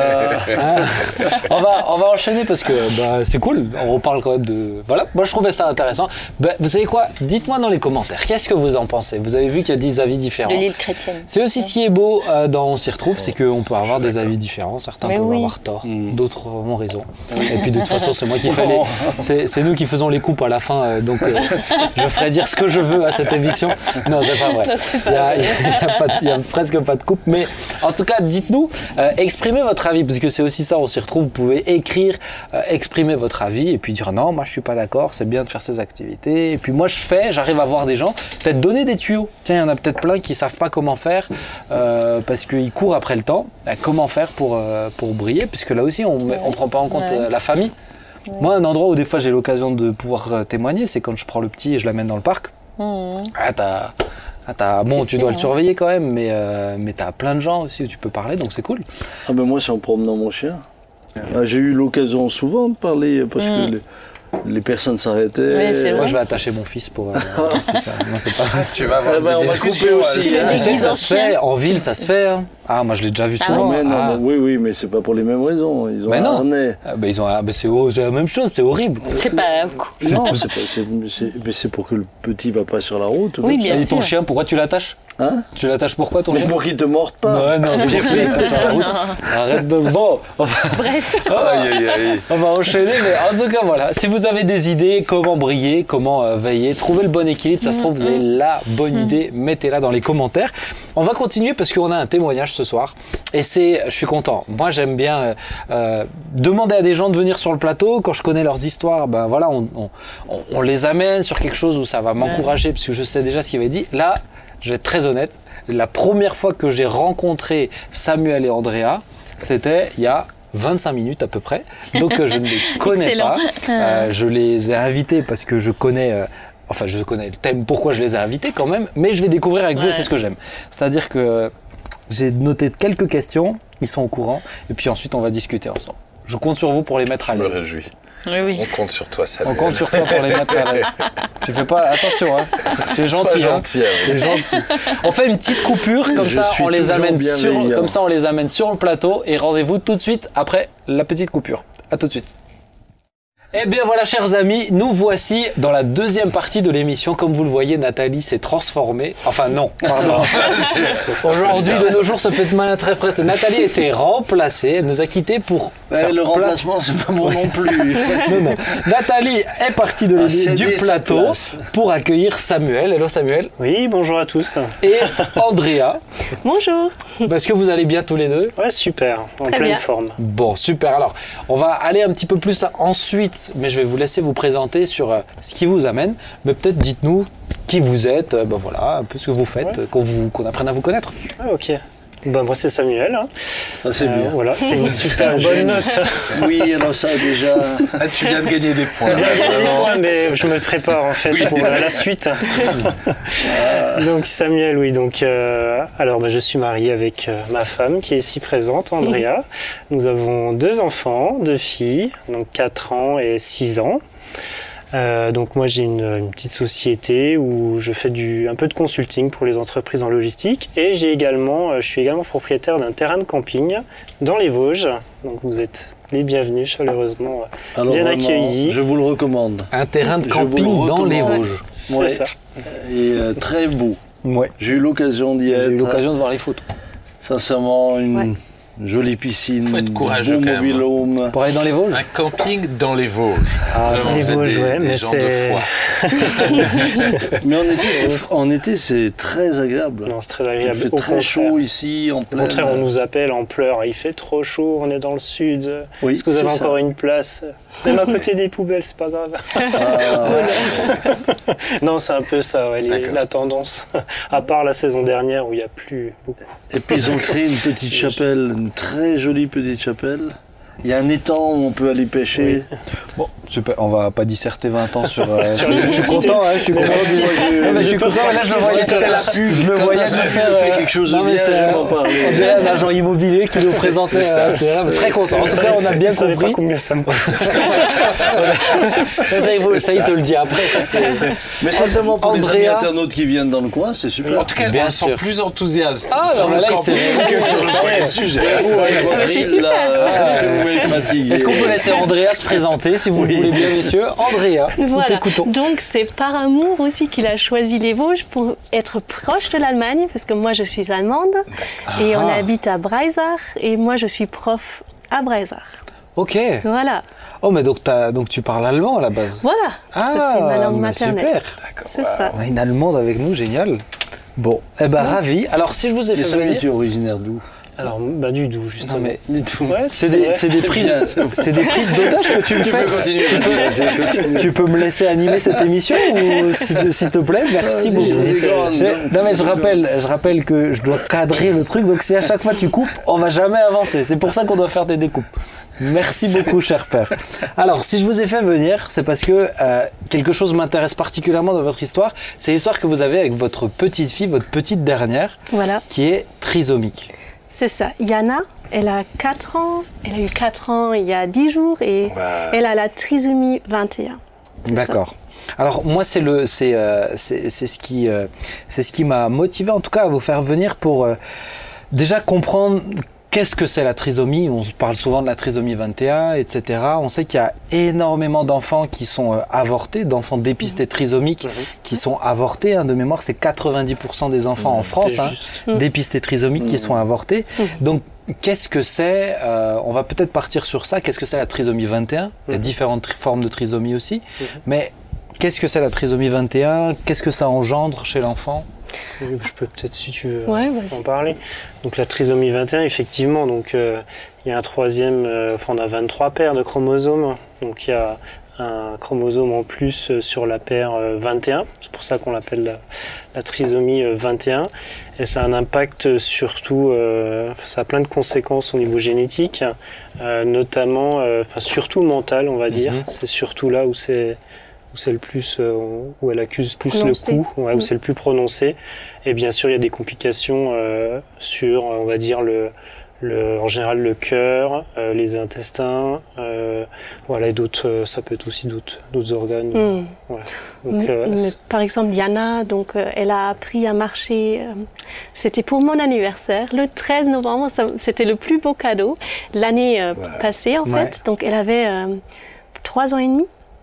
Hein on va, on va enchaîner parce que bah, c'est cool. On reparle quand même de. Voilà. Moi, je trouvais ça intéressant. Ben, vous savez quoi ? Dites-moi dans les commentaires. Qu'est-ce que vous en pensez ? Vous avez vu qu'il y a des avis différents. De l'île chrétienne. C'est aussi ce qui est beau. Euh, dans On s'y retrouve, c'est qu'on peut avoir des avis différents. Certains mais peuvent oui. avoir tort, mmh. d'autres ont raison. Et puis de toute façon, c'est moi qui fais les... c'est, c'est nous qui faisons les coupes à la fin, euh, donc euh, je ferai dire ce que je veux à cette émission. Non, c'est pas vrai. Il y a, il y a, pas de, il y a presque pas de coupe, mais en tout cas, dites-nous, euh, exprimez votre avis, parce que c'est aussi ça, On s'y retrouve. Vous pouvez écrire, euh, exprimer votre avis, et puis dire non, moi je suis pas d'accord, c'est bien de faire ces activités. Et puis moi je fais, j'arrive à voir des gens, peut-être donner des tuyaux. Tiens, il y en a peut-être plein qui savent pas comment faire, euh, parce que ils courent après le temps. Comment faire pour, euh, pour briller, puisque là aussi on ne ouais. prend pas en compte ouais. euh, la famille. Ouais. Moi, un endroit où des fois j'ai l'occasion de pouvoir euh, témoigner, c'est quand je prends le petit et je l'amène dans le parc. Mmh. Ah, t'as, ah, t'as, bon, c'est tu dois hein. le surveiller quand même, mais, euh, mais t'as plein de gens aussi où tu peux parler, donc c'est cool. Ah ben moi, c'est en promenant mon chien. Ah, j'ai eu l'occasion souvent de parler parce mmh. que... Les... Les personnes s'arrêtaient. Oui, moi, je vais attacher mon fils pour. Euh, c'est ça. Non, c'est pas. Tu vas avoir. Ah bah, on va couper aussi. Tu sais que ça se fait. En ville, ça se fait. Hein. Ah, moi, je l'ai déjà vu ah souvent. Mais non, ah. bah, oui, oui, mais c'est pas pour les mêmes raisons. Ils ont mais un non. harnais. Ah, bah, ils ont. Ah, bah, c'est, c'est la même chose. C'est horrible. C'est pas. Non, c'est pas. C'est, c'est, mais c'est pour que le petit va pas sur la route. Oui, bien sûr. Et ton chien, pourquoi tu l'attaches? Hein? Tu l'attaches pourquoi ton mais chien? Pour qu'il te morde pas. Ouais, non, c'est pour qu'il passe sur la route. Arrête de. Bon. Bref. Aïe, aïe, aïe. On va enchaîner, mais en tout cas, voilà. Si vous avez des idées, comment briller, comment euh, veiller, trouver le bon équilibre, ça se trouve, vous avez la bonne idée, mettez-la dans les commentaires. On va continuer parce qu'on a un témoignage ce soir. Et c'est, je suis content. Moi, j'aime bien euh, euh, demander à des gens de venir sur le plateau. Quand je connais leurs histoires, ben voilà, on, on, on, on les amène sur quelque chose où ça va m'encourager, parce que je sais déjà ce qu'il va dire. Là, je vais être très honnête. La première fois que j'ai rencontré Samuel et Andrea, c'était il y a vingt-cinq minutes à peu près. Donc euh, je ne les connais pas. Euh, je les ai invités parce que je connais... Euh, enfin, je connais le thème, pourquoi je les ai invités quand même. Mais je vais découvrir avec ouais. vous et c'est ce que j'aime. C'est-à-dire que j'ai noté quelques questions. Ils sont au courant. Et puis ensuite, on va discuter ensemble. Je compte sur vous pour les mettre à l'aise. Je me réjouis. Oui, oui. On compte sur toi, Samuel. On compte sur toi pour les mettre à l'aise. Tu fais pas attention, hein. C'est gentil, Sois hein. gentil, c'est gentil. On fait une petite coupure comme ça, on les amène sur, comme ça, on les amène sur le plateau et rendez-vous tout de suite après la petite coupure. À tout de suite. Eh bien voilà, chers amis, nous voici dans la deuxième partie de l'émission. Comme vous le voyez, Nathalie s'est transformée. Enfin non, pardon. Aujourd'hui, de nos jours, ça peut être mal interprété. Nathalie était remplacée. Elle nous a quittés pour ouais, le remplacement, c'est pas bon non plus. non, non. Nathalie est partie de ah, du plateau pour accueillir Samuel. Hello Samuel. Oui, bonjour à tous. Et Andrea. Bonjour. Est-ce que vous allez bien tous les deux? Ouais, super, en Très pleine bien. forme. Bon, super. Alors, on va aller un petit peu plus ensuite, mais je vais vous laisser vous présenter sur euh, ce qui vous amène. Mais peut-être dites-nous qui vous êtes, euh, ben voilà, un peu ce que vous faites, Ouais. euh, qu'on vous, qu'on apprenne à vous connaître. Ah, ok. Ben, moi, c'est Samuel. Hein. Ah, c'est Euh, bien. Voilà, c'est une super Super bonne jeune. note. Oui, alors ça déjà. Ah, tu viens de gagner des points. Il y a des Vraiment. points, mais je me prépare en fait pour euh, la suite. Donc Samuel, oui. Donc euh, alors, ben, je suis marié avec euh, ma femme qui est ici présente, Andrea. Nous avons deux enfants, deux filles, donc quatre ans et six ans. Euh, donc moi j'ai une, une petite société où je fais du, un peu de consulting pour les entreprises en logistique et j'ai également, euh, je suis également propriétaire d'un terrain de camping dans les Vosges. Donc vous êtes les bienvenus chaleureusement. Alors Bien vraiment, accueilli. je vous le recommande. Un terrain de Je camping vous le dans les recommande. Vosges. C'est Ouais. ça. Et euh, très beau. Ouais. J'ai eu l'occasion d'y être. J'ai eu l'occasion de voir les photos. Sincèrement, une Ouais. jolie piscine, Faut être de courageux beau quand même, mobil-home. Pour aller dans les Vosges? Un camping dans les Vosges. Ah, Vraiment, les vous êtes Vosges, des, ouais, des mais gens de c'est- foi. Mais en été, c'est, en été, c'est très agréable. Non, c'est très Il agréable. fait Au très contraire. chaud ici, en Au plein. contraire, on nous appelle en pleurs. Il fait trop chaud, on est dans le sud. Oui, Est-ce que vous avez c'est ça. encore une place? Même à côté des poubelles, c'est pas grave. Ah, Non, c'est un peu ça, ouais, les- D'accord. la tendance. À part la saison dernière où il n'y a plus beaucoup. et puis ils ont créé une petite chapelle, une très jolie petite chapelle. Il y a un étang où on peut aller pêcher. Bon, super. On va pas disserter vingt ans sur. euh, Sur je suis l'université. content, hein, je suis content. Merci. du- Ouais, mais je suis content. Là, je le voyais Quand faire la t'as- pub. Je le quand voyais t'as nous su faire fait euh, quelque chose de non, mais bien, c'est, je vais euh, en parler. On dirait un agent immobilier qui nous présentait. C'est ça. euh, c'est vraiment très content. En tout cas, on a bien Vous savez compris. pas combien ça me coûte. Ça, il vous- ça, il te le dit après. Ça, c'est... Mais sincèrement, pour les Andrea. amis internautes qui viennent dans le coin, c'est super. En tout cas, Bien on sent sûr. plus enthousiaste Ah, sur non, mais le là, il camping s'est- que sur le le sujet. Et vous, avec votre mais c'est île, super. là, euh, Ah, est-ce que vous m'avez fatigué. Est-ce qu'on peut laisser Andrea se présenter, si vous le voulez bien, messieurs? Andrea, nous Voilà. t'écoutons. Donc c'est par amour aussi qu'il a choisi les Vosges pour être proche de l'Allemagne, parce que moi je suis allemande et on Ah. habite à Breisach et moi je suis prof à Breisach. Ok. Voilà, Oh, mais donc, t'as- donc tu parles allemand à la base? voilà. ça c'est ma langue mais maternelle. Super. C'est ça. On a une allemande avec nous, génial. Bon, eh ben ravi. Alors, si je vous ai Et fait Samuel, venir... tu es originaire d'où? Alors, bah, du Doubs, justement. Non, mais Du tout. Ouais, c'est des, vrai. c'est des prises, c'est des prises d'otage que tu me Tu fais. peux continuer. continue. Tu peux me laisser animer cette émission ou s'il te, s'il te plaît, merci Ah, beaucoup. je rigole, Je- non. non mais je rappelle, je rappelle que je dois cadrer le truc, donc si à chaque fois tu coupes, on va jamais avancer. C'est pour ça qu'on doit faire des découpes. Merci beaucoup, cher père. Alors, si je vous ai fait venir, c'est parce que euh, quelque chose m'intéresse particulièrement dans votre histoire. C'est l'histoire que vous avez avec votre petite fille, votre petite dernière, Voilà, qui est trisomique. c'est ça. Yana, elle a quatre ans, elle a eu quatre ans il y a dix jours et elle a la trisomie vingt et un. C'est ça. D'accord. Alors moi c'est le c'est euh, c'est c'est ce qui euh, c'est ce qui m'a motivé en tout cas à vous faire venir pour euh, déjà comprendre qu'est-ce que c'est la trisomie. On parle souvent de la trisomie vingt et un, et cetera. On sait qu'il y a énormément d'enfants qui sont euh, avortés, d'enfants dépistés trisomiques Mhm. qui sont avortés. Hein. De mémoire, c'est quatre-vingt-dix pour cent des enfants en France C'est hein, juste. Mhm. dépistés trisomiques qui Mhm. sont avortés. Mhm. Donc qu'est-ce que c'est euh, On va peut-être partir sur ça. Qu'est-ce que c'est la trisomie vingt et un? Il y a Mhm. différentes tri- formes de trisomie aussi. Mhm. Mais qu'est-ce que c'est la trisomie vingt et un? Qu'est-ce que ça engendre chez l'enfant? Je peux peut-être, si tu veux, Ouais, en vas-y. parler. Donc la trisomie vingt et un, effectivement, donc euh, il y a un troisième, euh, enfin on a vingt-trois paires de chromosomes, donc il y a un chromosome en plus euh, sur la paire euh, vingt et un, c'est pour ça qu'on l'appelle la, la trisomie euh, vingt et un, et ça a un impact surtout, euh, ça a plein de conséquences au niveau génétique, euh, notamment, euh, enfin surtout mental on va dire, Mhm. c'est surtout là où c'est où c'est le plus, euh, où elle accuse plus Prononcé. le coup, ouais, où Mm. c'est le plus prononcé. Et bien sûr, il y a des complications euh, sur, on va dire, le, le, en général le cœur, euh, les intestins, euh, voilà, et d'autres, euh, ça peut être aussi d'autres, d'autres organes. Hmm. Donc, Mais- euh, mais par exemple, Yana, donc, euh, elle a appris à marcher. euh, c'était pour mon anniversaire, le treize novembre. ça- C'était le plus beau cadeau l'année euh, Voilà. passée, en Ouais. fait. Donc, elle avait euh, trois ans et demi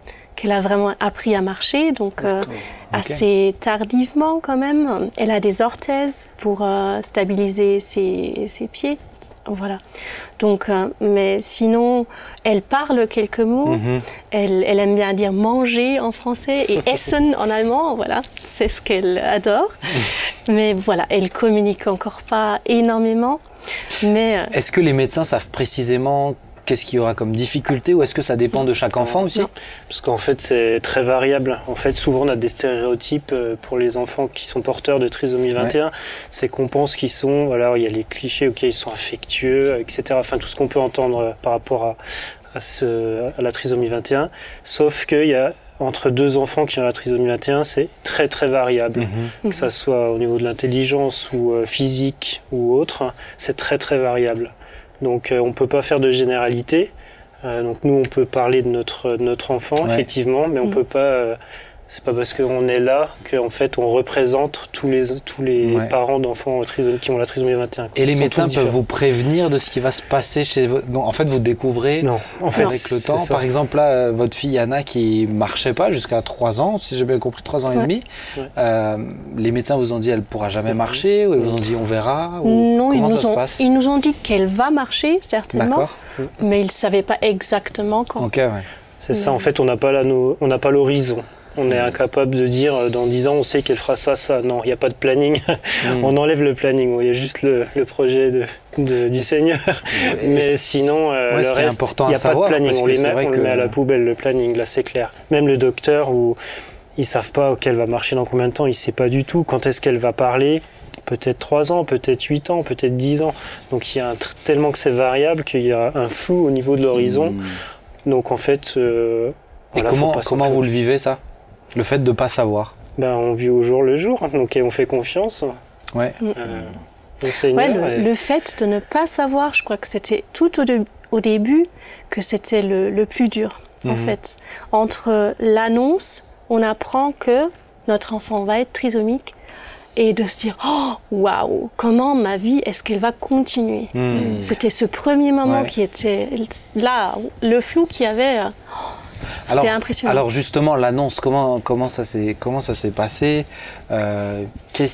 qu'elle a vraiment appris à marcher, donc euh, assez tardivement quand même. Elle a des orthèses pour euh, stabiliser ses, ses pieds. Voilà. Donc, euh, mais sinon, elle parle quelques mots. Mm-hmm. Elle, elle aime bien dire manger en français et essen en allemand. Voilà, c'est ce qu'elle adore. Mais voilà, elle communique encore pas énormément. Mais euh, est-ce que les médecins savent précisément qu'est-ce qu'il y aura comme difficulté, ou est-ce que ça dépend de chaque enfant aussi? Non. Parce qu'en fait, c'est très variable. En fait, souvent, on a des stéréotypes pour les enfants qui sont porteurs de trisomie vingt et un. Ouais. C'est qu'on pense qu'ils sont, voilà, il y a les clichés, ok, ils sont affectueux, et cetera. Enfin, tout ce qu'on peut entendre par rapport à, à, ce, à la trisomie vingt et un. Sauf qu'il y a entre deux enfants qui ont la trisomie vingt et un, c'est très très variable. Mmh. Que ça soit au niveau de l'intelligence ou euh, physique ou autre, c'est très très variable. Donc euh, on ne peut pas faire de généralité. Euh, donc nous, on peut parler de notre, de notre enfant, ouais. effectivement, mais on ne mmh. peut pas... Euh, c'est pas parce qu'on est là qu'en fait on représente tous les, tous les ouais. parents d'enfants qui ont la trisomie vingt et un. Et les médecins peuvent vous prévenir de ce qui va se passer chez vous? Non, en fait, vous découvrez non. En fait, avec le temps. Par exemple, là, votre fille Yana qui marchait pas jusqu'à trois ans, si j'ai bien compris, trois ans ouais. et demi. Ouais. Euh, les médecins vous ont dit elle pourra jamais marcher, ou ils vous ont dit on verra, ou non, comment ils ça nous ont, se passe? Ils nous ont dit qu'elle va marcher certainement, d'accord. mais ils savaient pas exactement quand. Ok, ouais. C'est ça. En fait, on n'a pas la, on n'a pas l'horizon. On est incapable de dire dans dix ans on sait qu'elle fera ça, ça. Non, il n'y a pas de planning. Mm. On enlève le planning. Il y a juste le, le projet de, de, du Seigneur. Mais sinon, euh, ouais, le reste, il n'y a pas de planning. On, les met, on que... le met à la poubelle, le planning. Là, c'est clair. Même le docteur, où ils ne savent pas qu'elle va marcher dans combien de temps, il ne sait pas du tout quand est-ce qu'elle va parler. Peut-être trois ans, peut-être huit ans, peut-être dix ans. Donc il y a un, tellement que c'est variable qu'il y a un flou au niveau de l'horizon. Mm. Donc en fait... Euh, Et voilà, comment, comment vous le vivez ça? Le fait de ne pas savoir? Ben, on vit au jour le jour, donc on fait confiance. Ouais. Euh, au Seigneur. Ouais, le, et... le fait de ne pas savoir, je crois que c'était tout au, de, au début que c'était le, le plus dur, mm-hmm. en fait. Entre l'annonce, on apprend que notre enfant va être trisomique, et de se dire oh waouh, comment ma vie est-ce qu'elle va continuer? mm. C'était ce premier moment ouais. qui était là, le flou qu'il y avait. Oh, C'était alors, impressionnant. Alors justement, l'annonce, comment, comment, ça, s'est, comment ça s'est passé? euh,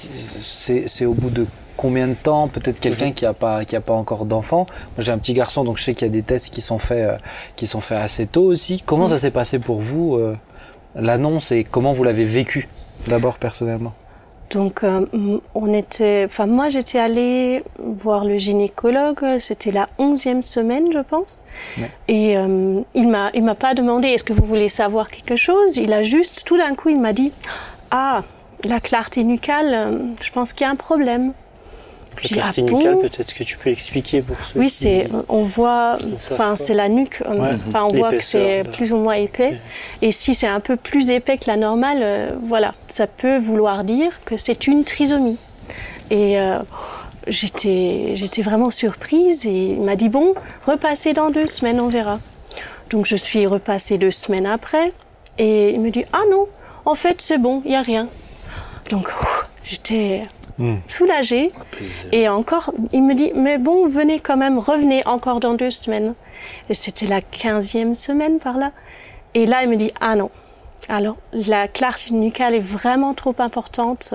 c'est, c'est au bout de combien de temps? Peut-être quelqu'un qui n'a pas, qui a pas encore d'enfant. Moi j'ai un petit garçon, donc je sais qu'il y a des tests qui sont faits, euh, qui sont faits assez tôt aussi. Comment mmh. ça s'est passé pour vous, euh, l'annonce, et comment vous l'avez vécu d'abord personnellement? Donc, euh, on était, enfin moi j'étais allée voir le gynécologue, c'était la onzième semaine je pense, ouais. et euh, il m'a, il m'a pas demandé est-ce que vous voulez savoir quelque chose, il a juste tout d'un coup il m'a dit ah la clarté nucale, euh, je pense qu'il y a un problème. La clarté ah, nucale, bon peut-être que tu peux expliquer pour ceux oui, qui... c'est, on voit, enfin c'est la nuque, ouais. enfin on voit que c'est de... plus ou moins épais. Okay. Et si c'est un peu plus épais que la normale, euh, voilà, ça peut vouloir dire que c'est une trisomie. Et euh, j'étais, j'étais vraiment surprise et il m'a dit bon, repassez dans deux semaines, on verra. Donc je suis repassée deux semaines après et il me dit ah non, en fait c'est bon, il y a rien. Donc ouf, j'étais Mmh. soulagée. Et encore, il me dit, mais bon, venez quand même, revenez encore dans deux semaines. Et c'était la quinzième semaine par là. Et là, il me dit, ah non. Alors, la clarté nucale est vraiment trop importante.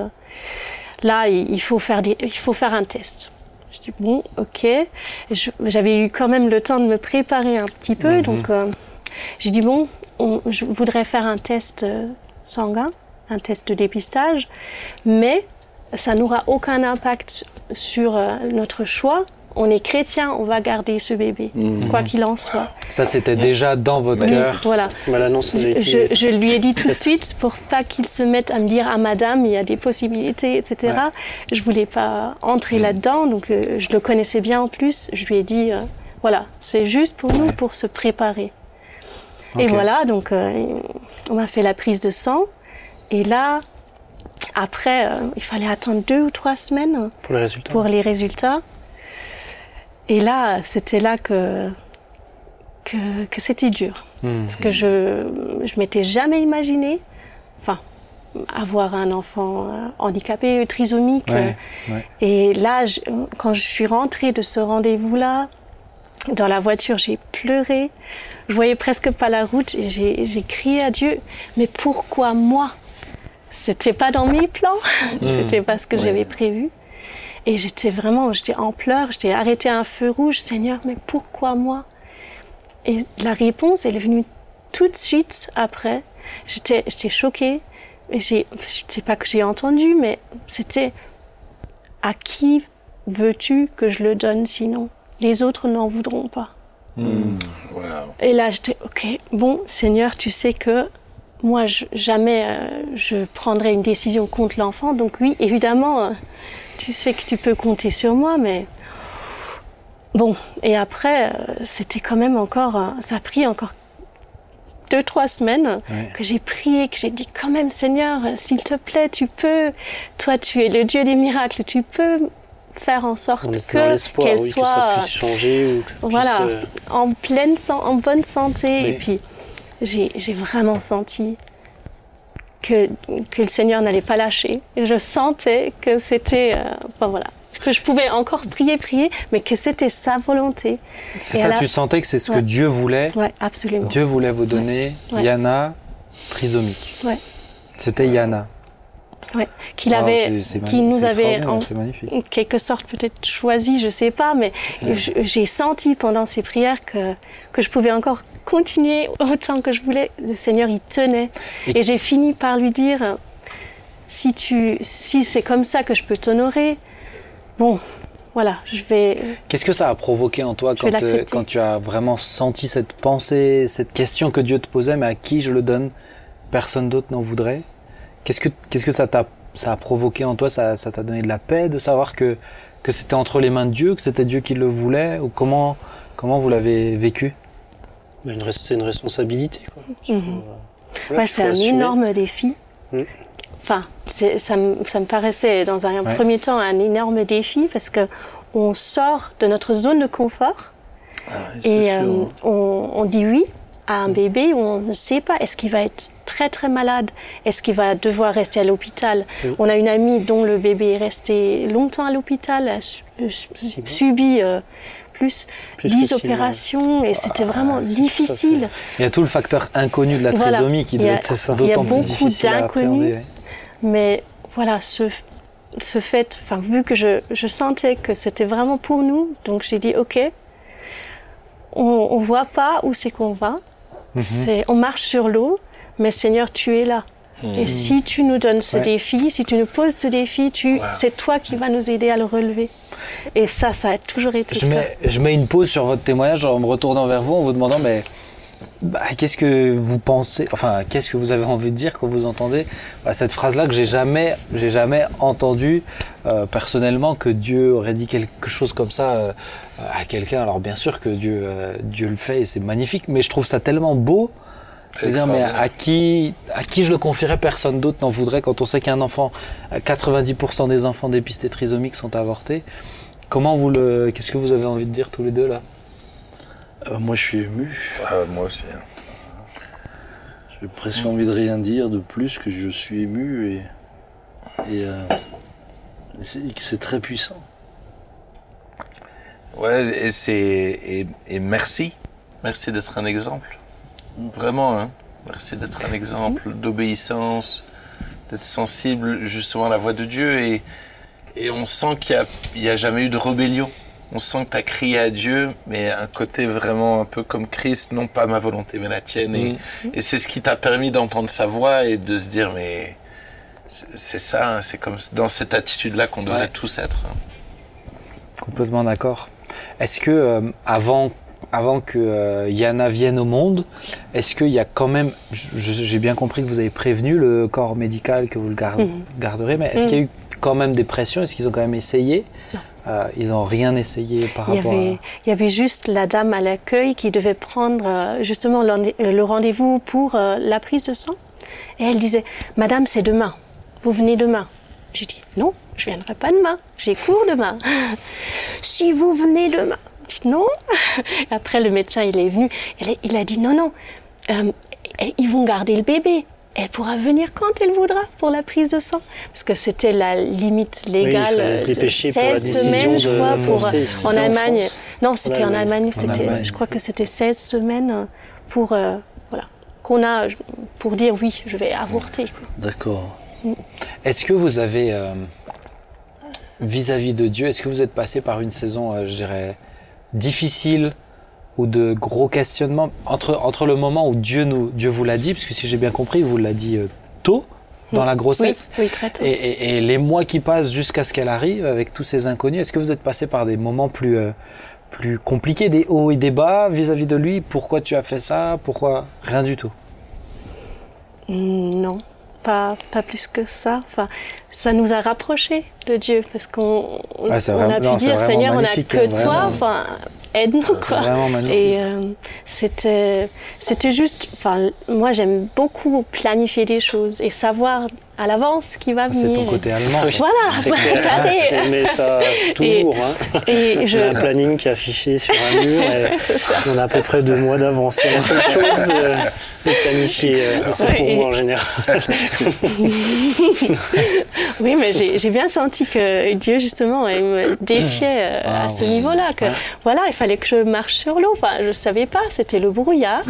Là, il faut faire, des, il faut faire un test. Je dis, bon, ok. Je, j'avais eu quand même le temps de me préparer un petit peu. Mmh. Donc, euh, j'ai dit, bon, on, je voudrais faire un test sanguin, un test de dépistage. Mais ça n'aura aucun impact sur euh, notre choix. On est chrétien, on va garder ce bébé, mmh. quoi qu'il en soit. Ça, c'était déjà dans votre oui, cœur. Voilà. Voilà non, ça été... je, je lui ai dit tout de suite pour pas qu'il se mette à me dire ah madame, il y a des possibilités, et cetera. Ouais. Je voulais pas entrer mmh. là-dedans, donc euh, je le connaissais bien en plus. Je lui ai dit euh, voilà, c'est juste pour nous, ouais. pour se préparer. Okay. Et voilà, donc euh, on m'a fait la prise de sang, et là. Après, euh, il fallait attendre deux ou trois semaines pour les résultats. Pour les résultats. Et là, c'était là que, que, que c'était dur. Mmh. Parce que je ne m'étais jamais imaginé enfin, avoir un enfant euh, handicapé, trisomique. Ouais, ouais. Et là, je, quand je suis rentrée de ce rendez-vous-là, dans la voiture, j'ai pleuré. Je voyais presque pas la route et j'ai, j'ai crié à Dieu. Mais pourquoi moi? C'était pas dans mes plans. Mmh. C'était pas ce que ouais. j'avais prévu. Et j'étais vraiment, j'étais en pleurs. J'étais arrêtée à un feu rouge. Seigneur, mais pourquoi moi? Et la réponse, elle est venue tout de suite après. J'étais, j'étais choquée. Et j'ai, c'est pas que j'ai entendu, mais c'était à qui veux-tu que je le donne sinon? Les autres n'en voudront pas. Mmh. Wow. Et là, j'étais, ok, bon, Seigneur, tu sais que moi, je, jamais euh, je prendrai une décision contre l'enfant. Donc oui, évidemment, euh, tu sais que tu peux compter sur moi, mais bon. Et après, euh, c'était quand même encore, euh, ça a pris encore deux, trois semaines ouais. que j'ai prié, que j'ai dit quand même, Seigneur, s'il te plaît, tu peux, toi, tu es le Dieu des miracles, tu peux faire en sorte que qu'elle oui, soit que ça puisse changer ou que ça voilà puisse, euh... en pleine en bonne santé. Oui. Et puis j'ai j'ai vraiment senti que que le Seigneur n'allait pas lâcher. Et je sentais que c'était euh, enfin voilà que je pouvais encore prier prier, mais que c'était sa volonté. C'est et ça, la... tu sentais que c'est ce ouais. que Dieu voulait. Ouais, absolument. Dieu voulait vous donner ouais. Yana trisomique. Ouais. C'était Yana. Ouais, qu'il avait, wow, c'est, c'est qu'il nous avait en c'est quelque sorte peut-être choisi, je sais pas, mais ouais. j'ai senti pendant ces prières que que je pouvais encore continuer autant que je voulais. Le Seigneur, il tenait, et, et j'ai fini par lui dire si tu, si c'est comme ça que je peux t'honorer, bon, voilà, je vais. Qu'est-ce que ça a provoqué en toi quand, euh, quand tu as vraiment senti cette pensée, cette question que Dieu te posait, mais à qui je le donne? Personne d'autre n'en voudrait. Qu'est-ce que, qu'est-ce que ça, t'a, ça a provoqué en toi? Ça, ça t'a donné de la paix de savoir que, que c'était entre les mains de Dieu, que c'était Dieu qui le voulait? Ou comment, comment vous l'avez vécu? Une, c'est une responsabilité, quoi. Mmh. Voilà, ouais, c'est un assumer. énorme défi. Mmh. Enfin, c'est, ça, me, ça me paraissait dans un ouais. premier temps un énorme défi parce qu'on sort de notre zone de confort ah, et euh, on, on dit oui à un bébé où on ne sait pas, est-ce qu'il va être très très malade, est-ce qu'il va devoir rester à l'hôpital. Oui. On a une amie dont le bébé est resté longtemps à l'hôpital, a su, euh, subi euh, plus, plus dix opérations mois. Et c'était vraiment ah, difficile. Ça, il y a tout le facteur inconnu de la trisomie voilà. qui doit a, être ça. d'autant plus difficile à appréhender. Il y a beaucoup d'inconnus, mais voilà, ce, ce fait, enfin, vu que je, je sentais que c'était vraiment pour nous, donc j'ai dit ok, on ne voit pas où c'est qu'on va, mm-hmm. c'est, on marche sur l'eau, mais Seigneur, tu es là. Mmh. Et si tu nous donnes ce ouais. défi, si tu nous poses ce défi, tu, wow. c'est toi qui vas nous aider à le relever. Et ça, ça a toujours été je mets, je mets une pause sur votre témoignage en me retournant vers vous, en vous demandant, mais bah, qu'est-ce que vous pensez, enfin, qu'est-ce que vous avez envie de dire quand vous entendez bah, cette phrase-là que j'ai jamais, j'ai jamais entendue euh, personnellement, que Dieu aurait dit quelque chose comme ça euh, à quelqu'un. Alors bien sûr que Dieu, euh, Dieu le fait et c'est magnifique, mais je trouve ça tellement beau. C'est-à-dire, mais à qui, à qui je le confierais? Personne d'autre n'en voudrait quand on sait qu'un enfant, quatre-vingt-dix pour cent des enfants dépistés trisomiques sont avortés. Comment vous le, qu'est-ce que vous avez envie de dire tous les deux là? euh, Moi, je suis ému. Ah, moi aussi. J'ai presque envie de rien dire de plus que je suis ému et, et, euh, et c'est, c'est très puissant. Ouais, et c'est et, et merci, merci d'être un exemple. Vraiment, hein. Merci d'être un exemple d'obéissance, d'être sensible justement à la voix de Dieu. Et, et on sent qu'il n'y a, a jamais eu de rébellion. On sent que tu as crié à Dieu, mais un côté vraiment un peu comme Christ, non pas ma volonté, mais la tienne. Et, mmh. et c'est ce qui t'a permis d'entendre sa voix et de se dire, mais c'est, c'est ça, hein, c'est comme dans cette attitude-là qu'on devrait ouais. tous être. Hein. Complètement d'accord. Est-ce que euh, avant Avant que euh, Yana vienne au monde, est-ce qu'il y a quand même, je, j'ai bien compris que vous avez prévenu le corps médical que vous le gar- mmh. garderez, mais est-ce mmh. qu'il y a eu quand même des pressions? Est-ce qu'ils ont quand même essayé? euh, Ils n'ont rien essayé par il rapport y avait, à... Il y avait juste la dame à l'accueil qui devait prendre euh, justement le rendez-vous pour euh, la prise de sang. Et elle disait, Madame, c'est demain, vous venez demain. J'ai dit, non, je ne viendrai pas demain, j'ai cours demain. Si vous venez demain. Non. Après, le médecin, il est venu. Il a dit non, non. Euh, ils vont garder le bébé. elle pourra venir quand elle voudra pour la prise de sang. Parce que c'était la limite légale. Oui, il fallait se dépêcher pour la décision semaines, je crois, de pour, porter. en Allemagne. En non, c'était en Allemagne. En C'était, Allemagne. je crois que c'était seize semaines pour, euh, voilà, qu'on a pour dire oui, je vais avorter. Quoi. D'accord. Est-ce que vous avez, euh, vis-à-vis de Dieu, est-ce que vous êtes passé par une saison, euh, je dirais, difficile ou de gros questionnements entre, entre le moment où Dieu, nous, Dieu vous l'a dit, parce que si j'ai bien compris, il vous l'a dit euh, tôt dans la grossesse, oui, oui, très tôt. Et, et, et les mois qui passent jusqu'à ce qu'elle arrive avec tous ces inconnus, est-ce que vous êtes passé par des moments plus, euh, plus compliqués, des hauts et des bas vis-à-vis de lui? Pourquoi tu as fait ça? Pourquoi? Rien du tout. Mm, non. Pas, pas plus que ça. Enfin, ça nous a rapprochés de Dieu parce qu'on Ah, c'est on vraiment- a pu non, c'est dire vraiment Seigneur, on n'a magnifique, que hein, toi. vraiment. Enfin, aide-nous C'est quoi. vraiment magnifique. Et euh, c'était, c'était juste. Enfin, moi j'aime beaucoup planifier des choses et savoir à l'avance ce qui va Ah, venir. c'est ton côté allemand. ça. Voilà. C'est clair. Regardez. Mais ça, toujours. Hein. Et je. On a un planning qui est affiché sur un mur et on a à peu près deux mois d'avance. C'est la seule chose euh, de planifier. Euh, c'est Ouais, pour et- moi en général. Oui, mais j'ai, j'ai bien senti que Dieu, justement, il me défiait euh, Ah, à ce ouais. niveau-là. Que, Ouais. voilà, il fallait que je marche sur l'eau. Enfin, je ne savais pas, c'était le brouillard.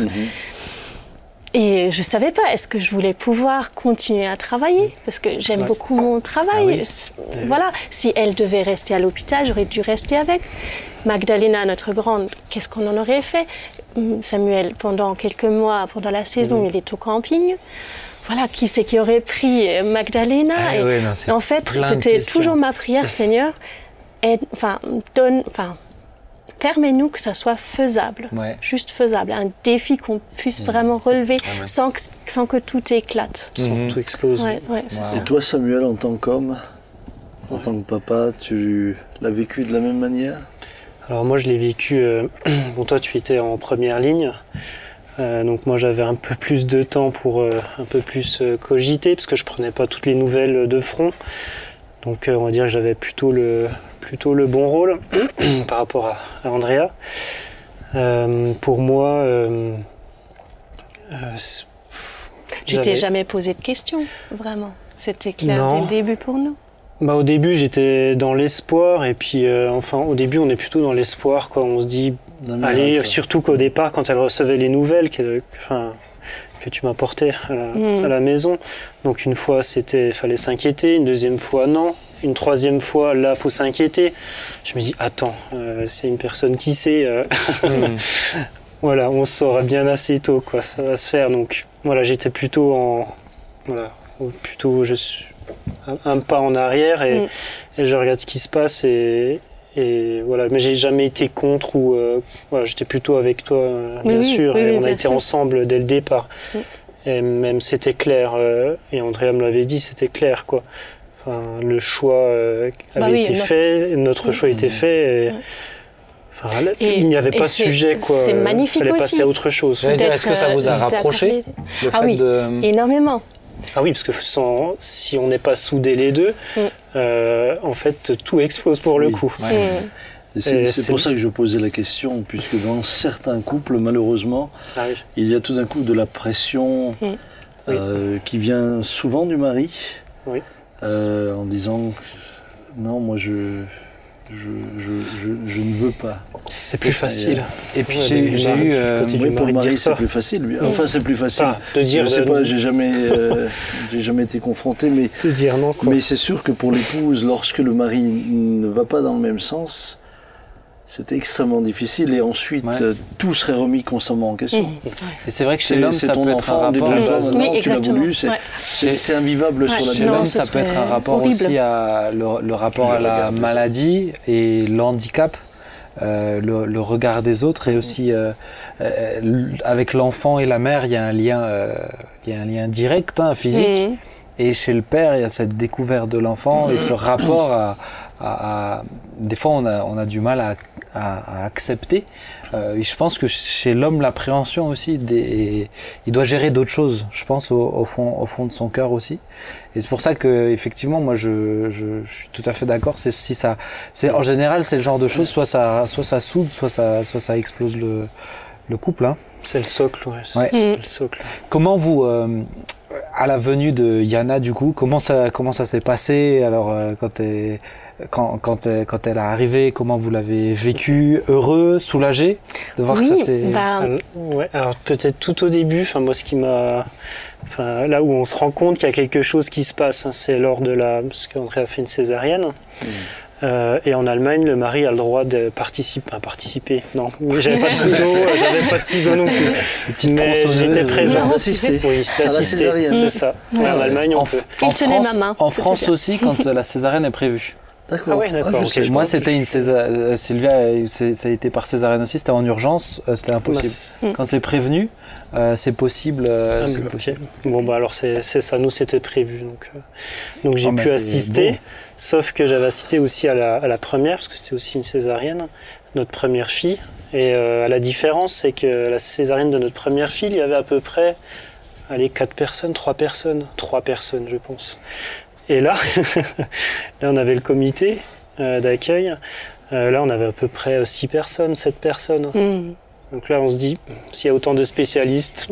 Et je ne savais pas, est-ce que je voulais pouvoir continuer à travailler? Parce que j'aime Ouais. beaucoup mon travail. Ah oui. C'est- Voilà, si elle devait rester à l'hôpital, j'aurais dû rester avec. Magdalena, notre grande, qu'est-ce qu'on en aurait fait? Hum, Samuel, pendant quelques mois, pendant la saison, il est au camping. Voilà, qui c'est qui aurait pris euh, Magdalena? Ah Et ouais, non, c'est en fait, plein de c'était questions. toujours ma prière, Seigneur, aide, enfin, donne, enfin, permets-nous que ça soit faisable, Ouais. juste faisable, un défi qu'on puisse vraiment relever Amen. sans que, sans que tout éclate. Mhm. Tout explose. Ouais, ouais, c'est Wow. ça. Et toi, Samuel, en tant qu'homme, en tant que papa, tu l'as vécu de la même manière? Alors moi je l'ai vécu, euh, bon toi tu étais en première ligne, euh, donc moi j'avais un peu plus de temps pour euh, un peu plus euh, cogiter, parce que je prenais pas toutes les nouvelles de front, donc euh, on va dire que j'avais plutôt le, plutôt le bon rôle par rapport à, à Andrea. Euh, pour moi, euh, euh, c'est- Tu t'es j'avais- jamais posé de questions, vraiment. C'était clair Non. dès le début pour nous. Bah, au début, j'étais dans l'espoir, et puis euh, enfin, au début, on est plutôt dans l'espoir, quoi. On se dit, D'un allez, miracle. surtout qu'au départ, quand elle recevait les nouvelles que, enfin, que tu m'apportais à, la- Mm. à la maison, donc une fois, c'était, fallait s'inquiéter, une deuxième fois, non, une troisième fois, là, faut s'inquiéter. Je me dis, attends, euh, c'est une personne qui sait. euh, Mhm. Voilà, on saura bien assez tôt, quoi, ça va se faire. Donc voilà, j'étais plutôt en, voilà, plutôt je suis un, un pas en arrière et, Mm. et je regarde ce qui se passe et, et voilà. Mais j'ai jamais été contre ou euh, voilà, j'étais plutôt avec toi, euh, Oui, bien oui, sûr. oui, et oui, on a bien été sûr. ensemble dès le départ. Mm. Et même c'était clair. euh, et Andrea me l'avait dit, c'était clair, quoi. Enfin, le choix euh, avait Bah oui, été no- fait, notre Mm. choix était fait. Et, Ouais. enfin, là, Et- il n'y avait et pas c'est- sujet, quoi. c'est euh, magnifique fallait aussi. passer à autre chose. J'allais dire, D'être, est-ce que ça vous a euh, rapproché, le Ah fait oui. de... Énormément. Ah oui, parce que sans, si on n'est pas soudés les deux, Mm. euh, en fait, tout explose pour le Oui. coup. Ouais. Mm. Et c'est Et c'est c'est- pour ça que je posais la question, puisque dans certains couples, malheureusement, Ah oui. il y a tout d'un coup de la pression Mm. euh, qui vient souvent du mari, Oui. euh, en disant non, moi je, je, je, je, je ne veux pas. C'est plus facile. Et puis Ouais, j'ai du j'ai mari, eu... euh, côté du Oui, pour mari le de dire mari c'est ça. plus facile. Enfin, c'est plus facile. Enfin, de dire, je sais de, pas, j'ai jamais, euh, j'ai jamais été confronté, mais de dire non, quoi. mais c'est sûr que pour l'épouse, lorsque le mari ne va pas dans le même sens, c'est extrêmement difficile et ensuite Ouais. euh, tout serait remis constamment en question. Mm. Et c'est vrai que chez C'est l'homme, c'est ça ton peut être un enfant, rapport... débrouille-toi base. maintenant, Oui, tu l'as exactement. voulu, c'est Ouais. c'est- c'est invivable Ouais. sur la Non, Chez durée. l'homme, ce ça peut être un serait rapport horrible. aussi à le, le rapport Je à la regarde ça. maladie et le handicap, euh, le, le regard des autres et aussi euh, euh, l- avec l'enfant et la mère, il y a un lien, euh, il y a un lien direct, hein, physique. Mm. Et chez le père, il y a cette découverte de l'enfant et ce rapport à, à- à- des fois on a, on a du mal à, à- à accepter. Euh, et je pense que chez l'homme, l'appréhension aussi, des, il doit gérer d'autres choses, je pense, au, au fond, au fond de son cœur aussi. Et c'est pour ça que, effectivement, moi, je, je, je suis tout à fait d'accord. C'est si ça, c'est en général, c'est le genre de choses, soit ça, soit ça soude, soit ça, soit ça explose le, le couple. Hein. C'est le socle, ouais. C'est Ouais. c'est le socle. Comment vous, euh, à la venue de Yana, du coup, comment ça, comment ça s'est passé? Alors, euh, quand, t'es, quand, quand, t'es, quand elle est arrivée, comment vous l'avez vécu? Heureux, soulagé de voir oui, que ça s'est... Bah... Euh, ouais, alors peut-être tout au début, enfin moi ce qui m'a... Enfin, là où on se rend compte qu'il y a quelque chose qui se passe, hein, c'est lors de la... Parce qu'André a fait une césarienne. Mmh. Euh, et en Allemagne, le mari a le droit de participer, enfin, participer, non, j'avais pas de couteau, j'avais pas de ciseaux non plus, mais j'étais présent. D'assister, oui, d'assister, c'est ça. Ouais, en Allemagne, on en, peut. En France, en France aussi, quand la césarienne est prévue. D'accord. Ah ouais, d'accord. Ah, okay, moi, c'était une césarienne. Sylvia, ça a été par césarienne aussi. C'était en urgence. C'était impossible. Bah, quand c'est prévenu, euh, c'est possible. Euh, ah, c'est okay. possible. Bon, bah alors c'est, c'est ça. Nous, c'était prévu. Donc, euh, donc j'ai oh, pu assister. Bon. Sauf que j'avais assisté aussi à la, à la première, parce que c'était aussi une césarienne, notre première fille. Et euh, la différence, c'est que la césarienne de notre première fille, il y avait à peu près, allez, quatre personnes, trois personnes, trois personnes, je pense. Et là, là, on avait le comité euh, d'accueil. Euh, là, on avait à peu près six personnes, sept personnes. Mmh. Donc là, on se dit, s'il y a autant de spécialistes,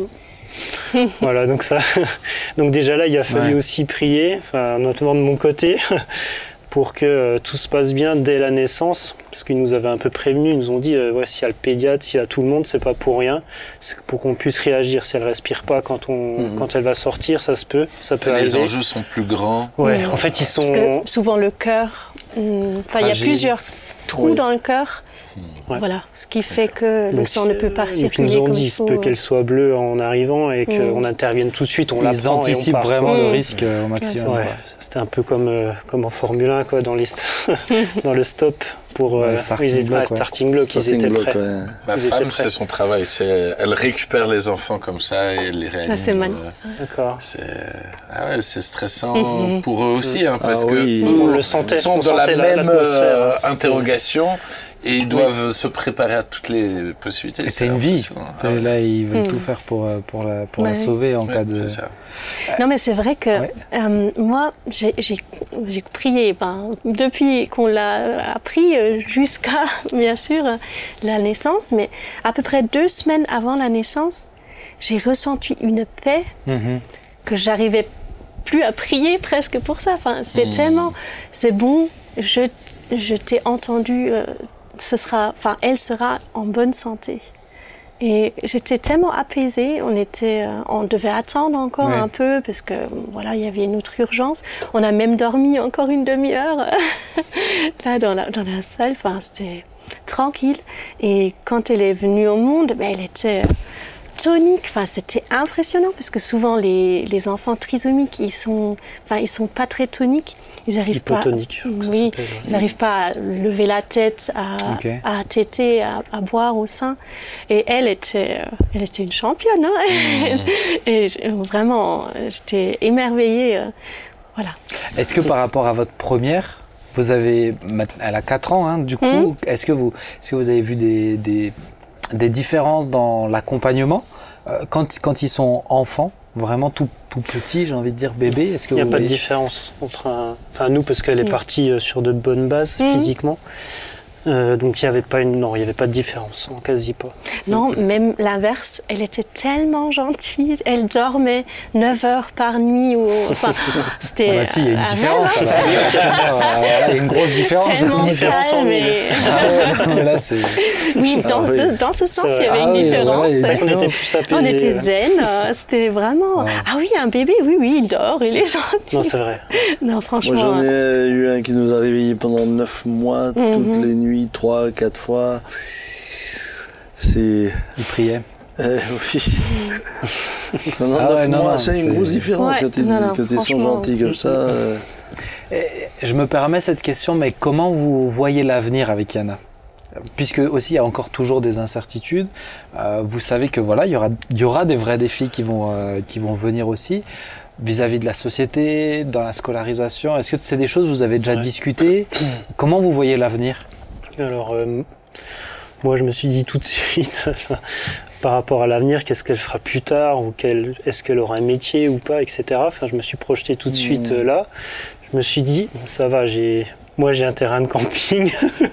voilà. Donc ça, donc déjà là, il a fallu ouais. aussi prier, enfin, notamment de mon côté, pour que euh, tout se passe bien dès la naissance, parce qu'ils nous avaient un peu prévenus. Ils nous ont dit, euh, ouais, s'il y a le pédiatre, s'il y a tout le monde, c'est pas pour rien, c'est pour qu'on puisse réagir. Si elle respire pas quand on, mmh. quand elle va sortir, ça se peut, ça peut les arriver. Les enjeux sont plus grands. Ouais, mmh. en fait, ils sont. Parce que souvent le cœur, enfin, il y a plusieurs trous oui. dans le cœur. Ouais. Voilà, ce qui fait que le donc, sang ne peut pas circuler. Ils nous ont comme dit, il se peut qu'elle soit bleue en arrivant et qu'on mmh. intervienne tout de suite, on Ils anticipent vraiment mmh. le risque au maximum. Ouais, c'était un peu comme, euh, comme en Formule un, quoi, dans, les st- dans le stop pour euh, ouais, starting ils block. Ouais. Starting block, starting ils étaient block, prêts. Ouais. Ma ils femme, c'est son travail. C'est, elle récupère les enfants comme ça et elle les réanime. Ça, c'est mal. D'accord. C'est, ah ouais, c'est stressant mmh. pour eux aussi, hein, parce ah, que oui. eux on le sentait, sont on dans la même euh, interrogation. Et ils doivent oui. se préparer à toutes les possibilités. Et c'est, c'est une vie. Ah ouais. Là, ils veulent mmh. tout faire pour, pour, la, pour ouais. la sauver en ouais, cas de... C'est ça. Non, mais c'est vrai que ouais. euh, moi, j'ai, j'ai, j'ai prié ben, depuis qu'on l'a appris jusqu'à, bien sûr, la naissance. Mais à peu près deux semaines avant la naissance, j'ai ressenti une paix mmh. que j'arrivais plus à prier presque pour ça. Enfin, c'est mmh. tellement... C'est bon, je, je t'ai entendu... Euh, Ce sera, enfin, elle sera en bonne santé. Et j'étais tellement apaisée, on était, on devait attendre encore ouais. un peu parce que voilà, il y avait une autre urgence. On a même dormi encore une demi-heure là dans la dans la salle. Enfin, c'était tranquille. Et quand elle est venue au monde, ben, elle était tonique. Enfin, c'était impressionnant parce que souvent les les enfants trisomiques, ils sont, enfin, ils sont pas très toniques. Ils n'arrivent pas, oui, ils n'arrivent pas à lever la tête, à, okay. à téter, à, à boire au sein. Et elle était, elle était une championne. Hein mmh. Et vraiment, j'étais émerveillée. Voilà. Est-ce que par rapport à votre première, vous avez, elle a quatre ans, hein, du coup, mmh. est-ce que vous, est-ce que vous avez vu des, des, des différences dans l'accompagnement quand, quand ils sont enfants? Vraiment tout, tout petit, j'ai envie de dire bébé. Est-ce que il n'y a vous pas voyez... de différence entre un... Enfin, nous, parce qu'elle est partie sur de bonnes bases mmh. physiquement. Euh, donc il n'y avait pas une non il y avait pas de différence, quasi pas. Non, même l'inverse, elle était tellement gentille, elle dormait neuf heures par nuit ou enfin c'était ah bah si, il y a une différence. Il y a une grosse différence. Tellement une différence calme, en mais... ah ouais, là c'est oui, dans, ah, oui. De, dans ce sens, il y avait ah, une oui, différence. Ouais, on était plus apaisés. On était zen, c'était vraiment ouais. Ah oui, un bébé, oui oui, il dort, il est gentil. Non, c'est vrai. Non, franchement. Moi, j'en ai eu un qui nous a réveillés pendant neuf mois, mm-hmm. toutes les nuits, trois, quatre fois. C'est... Il priait. Euh, oui. Pendant ah ouais, neuf mois, c'est une grosse différence ouais, quand ils quand ils sont gentils comme ça. Euh... Je me permets cette question, mais comment vous voyez l'avenir avec Yana ? Puisque aussi il y a encore toujours des incertitudes, euh, vous savez que voilà, il y aura, il y aura des vrais défis qui vont, euh, qui vont venir aussi. Vis-à-vis de la société, dans la scolarisation, est-ce que c'est des choses que vous avez déjà ouais. discutées ? Comment vous voyez l'avenir ? Alors, euh, moi je me suis dit tout de suite, par rapport à l'avenir, qu'est-ce qu'elle fera plus tard, ou quel, est-ce qu'elle aura un métier ou pas, et cetera. Enfin, je me suis projeté tout de suite mmh. euh, là. Je me suis dit, ça va, j'ai, moi j'ai un terrain de camping.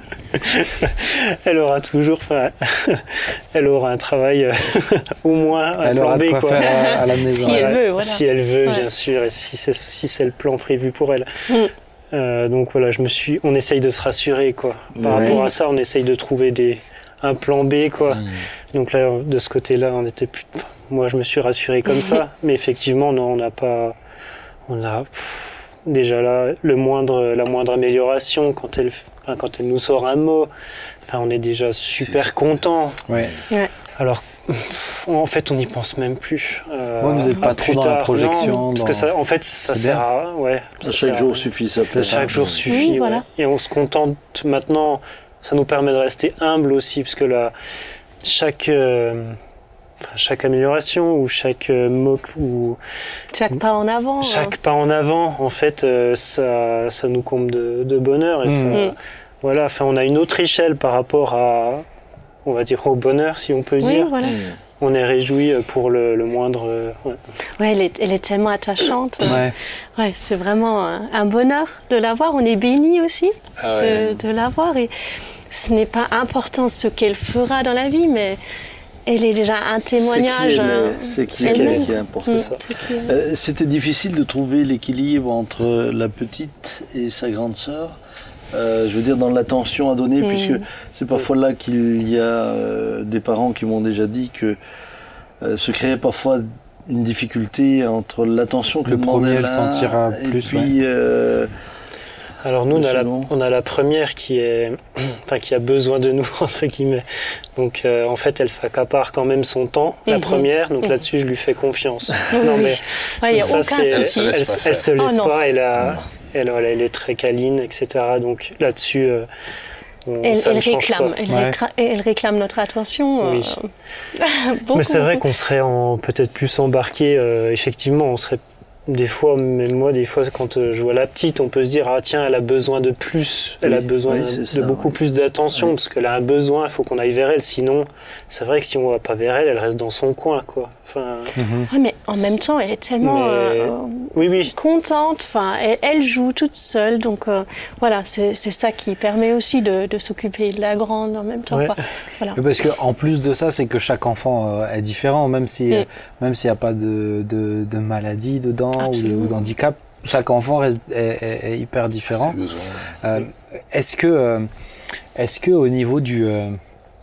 Elle aura toujours, enfin, elle aura un travail euh, au moins un elle plan aura B, de quoi, quoi. faire à, à la maison. Si elle veut, voilà. Si elle veut, Ouais. bien sûr, et si c'est si c'est le plan prévu pour elle. Mm. Euh, donc voilà, je me suis, on essaye de se rassurer, quoi. Par Ouais. rapport à ça, on essaye de trouver des un plan B, quoi. Mmh. Donc là, de ce côté-là, on était plus. Enfin, moi, je me suis rassuré comme ça, mais effectivement, non, on n'a pas, on a pff, déjà là le moindre, la moindre amélioration quand elle, enfin, quand elle nous sort un mot, enfin, on est déjà super content. Ouais. Alors, pff, en fait, on n'y pense même plus. Euh, Ouais, vous n'êtes pas à trop plus dans la tard. projection, Non, parce dans- que ça, en fait, ça C'est sert bien. à, ouais, ça Chaque sert jour à- suffit ça peut-être. chaque jour suffit, Oui, voilà. ouais. Et on se contente maintenant. Ça nous permet de rester humble aussi, parce que là, chaque euh, enfin, chaque amélioration ou chaque euh, mot ou Chaque pas en avant. chaque pas en avant, en fait, euh, ça ça nous comble de, de bonheur et Mmh. ça, Mm. voilà. Enfin, on a une autre échelle par rapport à, on va dire, au bonheur, si on peut Oui, dire. voilà. Mmh. On est réjoui pour le, le moindre. euh, ouais. Ouais, elle est, elle est tellement attachante. Ouais. Ouais, c'est vraiment un, un bonheur de l'avoir. On est béni aussi Ah ouais. de, de l'avoir. Et ce n'est pas important ce qu'elle fera dans la vie, mais elle est déjà un témoignage. C'est qui elle, hein. c'est qui elle elle même. qui est important. Mm. ça. C'est qui elle. Euh, C'était difficile de trouver l'équilibre entre la petite et sa grande sœur. Euh, je veux dire, dans l'attention à donner, Mm. puisque c'est parfois là qu'il y a euh, des parents qui m'ont déjà dit que euh, se créait parfois une difficulté entre l'attention que Le demande premier, l'un elle sentira et plus, puis euh, Alors nous, on Le a, la, second. on a la première qui est, enfin qui a besoin de nous entre guillemets. Donc euh, en fait, elle s'accapare quand même son temps, la Mhm. première. Donc Mhm. là-dessus, je lui fais confiance. Oui, non oui. mais Ouais, il n'y a donc ça, aucun c'est- Elle souci. se laisse elle, pas elle faire. se laisse Oh, non. pas. Elle, a, Non. elle, voilà, elle est très câline, et cetera. Donc là-dessus, euh, on- Elle, ça elle ne change réclame, pas. elle, Ouais. récra- elle réclame notre attention. Oui. euh, beaucoup, Mais c'est vrai beaucoup. qu'on serait en, peut-être plus embarqué. Euh, effectivement, on serait des fois, même moi, des fois, quand euh, je vois la petite, on peut se dire ah tiens, elle a besoin de plus, elle Oui, a besoin oui, de, c'est ça, beaucoup oui. plus d'attention Oui. parce qu'elle a un besoin. Il faut qu'on aille vers elle. Sinon, c'est vrai que si on va pas vers elle, elle reste dans son coin, quoi. Enfin, Mhm. Ouais, mais en même temps, elle est tellement Mais- euh, oui, oui. contente. Enfin, elle, elle joue toute seule. Donc euh, voilà, c'est c'est ça qui permet aussi de, de s'occuper de la grande en même temps. Ouais. quoi. Voilà. Mais parce que en plus de ça, c'est que chaque enfant euh, est différent, même si euh, Mm. même s'il n'y a pas de, de, de maladie dedans ou de- Absolument. ou d'handicap, chaque enfant reste, est, est- est hyper différent. C'est besoin. Euh, est-ce que euh, est-ce que au niveau du euh,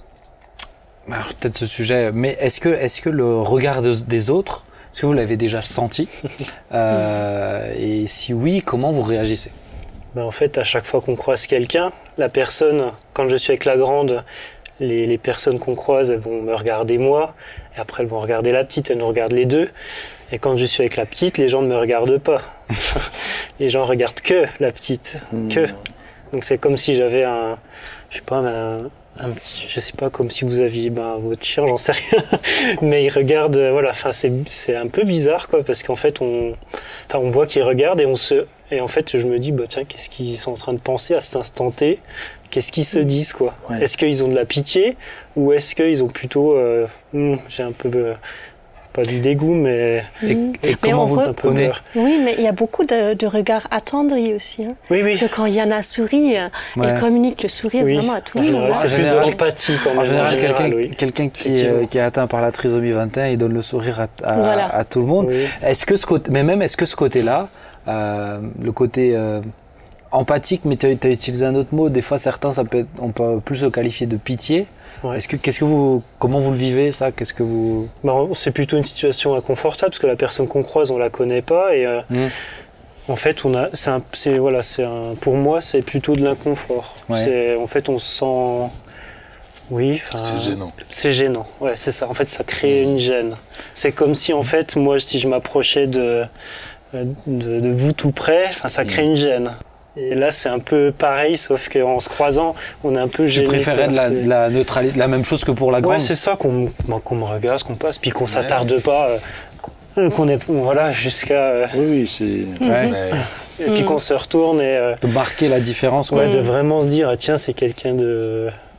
alors, peut-être ce sujet, mais est-ce que est-ce que le regard des, des autres, est-ce que vous l'avez déjà senti Euh, et si oui, comment vous réagissez? Ben, en fait, à chaque fois qu'on croise quelqu'un, la personne, quand je suis avec la grande, les, les personnes qu'on croise, elles vont me regarder moi, et après elles vont regarder la petite, elles nous regardent les deux. Et quand je suis avec la petite, les gens ne me regardent pas. Les gens regardent que la petite, Hmm. que. Donc c'est comme si j'avais un, je sais pas, un, un petit, je sais pas, comme si vous aviez ben, votre chien, j'en sais rien. Mais il regarde, euh, voilà, enfin c'est c'est un peu bizarre quoi, parce qu'en fait on, enfin on voit qu'ils regardent et on se, et en fait je me dis bah tiens qu'est-ce qu'ils sont en train de penser à cet instant T, qu'est-ce qu'ils se disent quoi. Ouais. Est-ce qu'ils ont de la pitié ou est-ce qu'ils ont plutôt, euh, hmm, j'ai un peu euh, pas du dégoût mais Et, Mm. et comment on vous re- le un peu prenez? peur. Oui, mais il y a beaucoup de, de regards attendris aussi. Hein. Oui oui. Que quand Yana sourit, euh, Ouais. elle communique le sourire Oui. vraiment à tout En le monde. général, hein. c'est En plus de général- l'empathie quand même. En général, quelqu'un oui. quelqu'un qui, est, Effectivement. qui est atteint par la trisomie vingt et un, il donne le sourire à, à, Voilà. à tout le monde. Oui. Est-ce que ce côté, mais même est-ce que ce côté-là, euh, le côté euh, empathique, mais tu as utilisé un autre mot. Des fois, certains, ça peut être, on peut plus le qualifier de pitié. Ouais. Est-ce que, qu'est-ce que vous, comment vous le vivez ça? Qu'est-ce que vous Bah, c'est plutôt une situation inconfortable parce que la personne qu'on croise, on la connaît pas et euh, Mmh. en fait, on a, c'est un, c'est voilà, c'est un, pour moi, c'est plutôt de l'inconfort. Ouais. C'est, en fait, on se sent, oui, enfin, C'est gênant. c'est gênant. Ouais, c'est ça. En fait, ça crée une gêne. C'est comme si, en fait, moi, si je m'approchais de, de, de vous tout près, enfin, ça crée une gêne. Et là, c'est un peu pareil, sauf qu'en se croisant, on est un peu Tu gêné. préférais quoi. de la, C'est- de la neutralité, la même chose que pour la Ouais, grande. c'est ça qu'on ben, qu'on me regarde, qu'on passe, puis qu'on s'attarde pas, euh, qu'on est voilà jusqu'à euh, Oui, oui, c'est. Ouais. Ouais. et puis Mm. qu'on se retourne et euh, De marquer la différence. ouais, Ouais. de vraiment se dire ah, tiens c'est quelqu'un de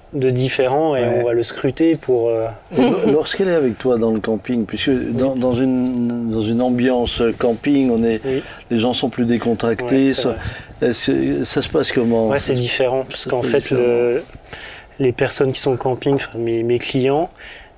de différent et ouais. on va le scruter pour... Euh... Lorsqu'elle est avec toi dans le camping, puisque oui. dans, dans, une, dans une ambiance camping, on est, oui. les gens sont plus décontractés, ouais, ça, est-ce que, ça se passe comment? Ouais, c'est différent, parce qu'en fait, le, les personnes qui sont au camping, enfin, mes, mes clients,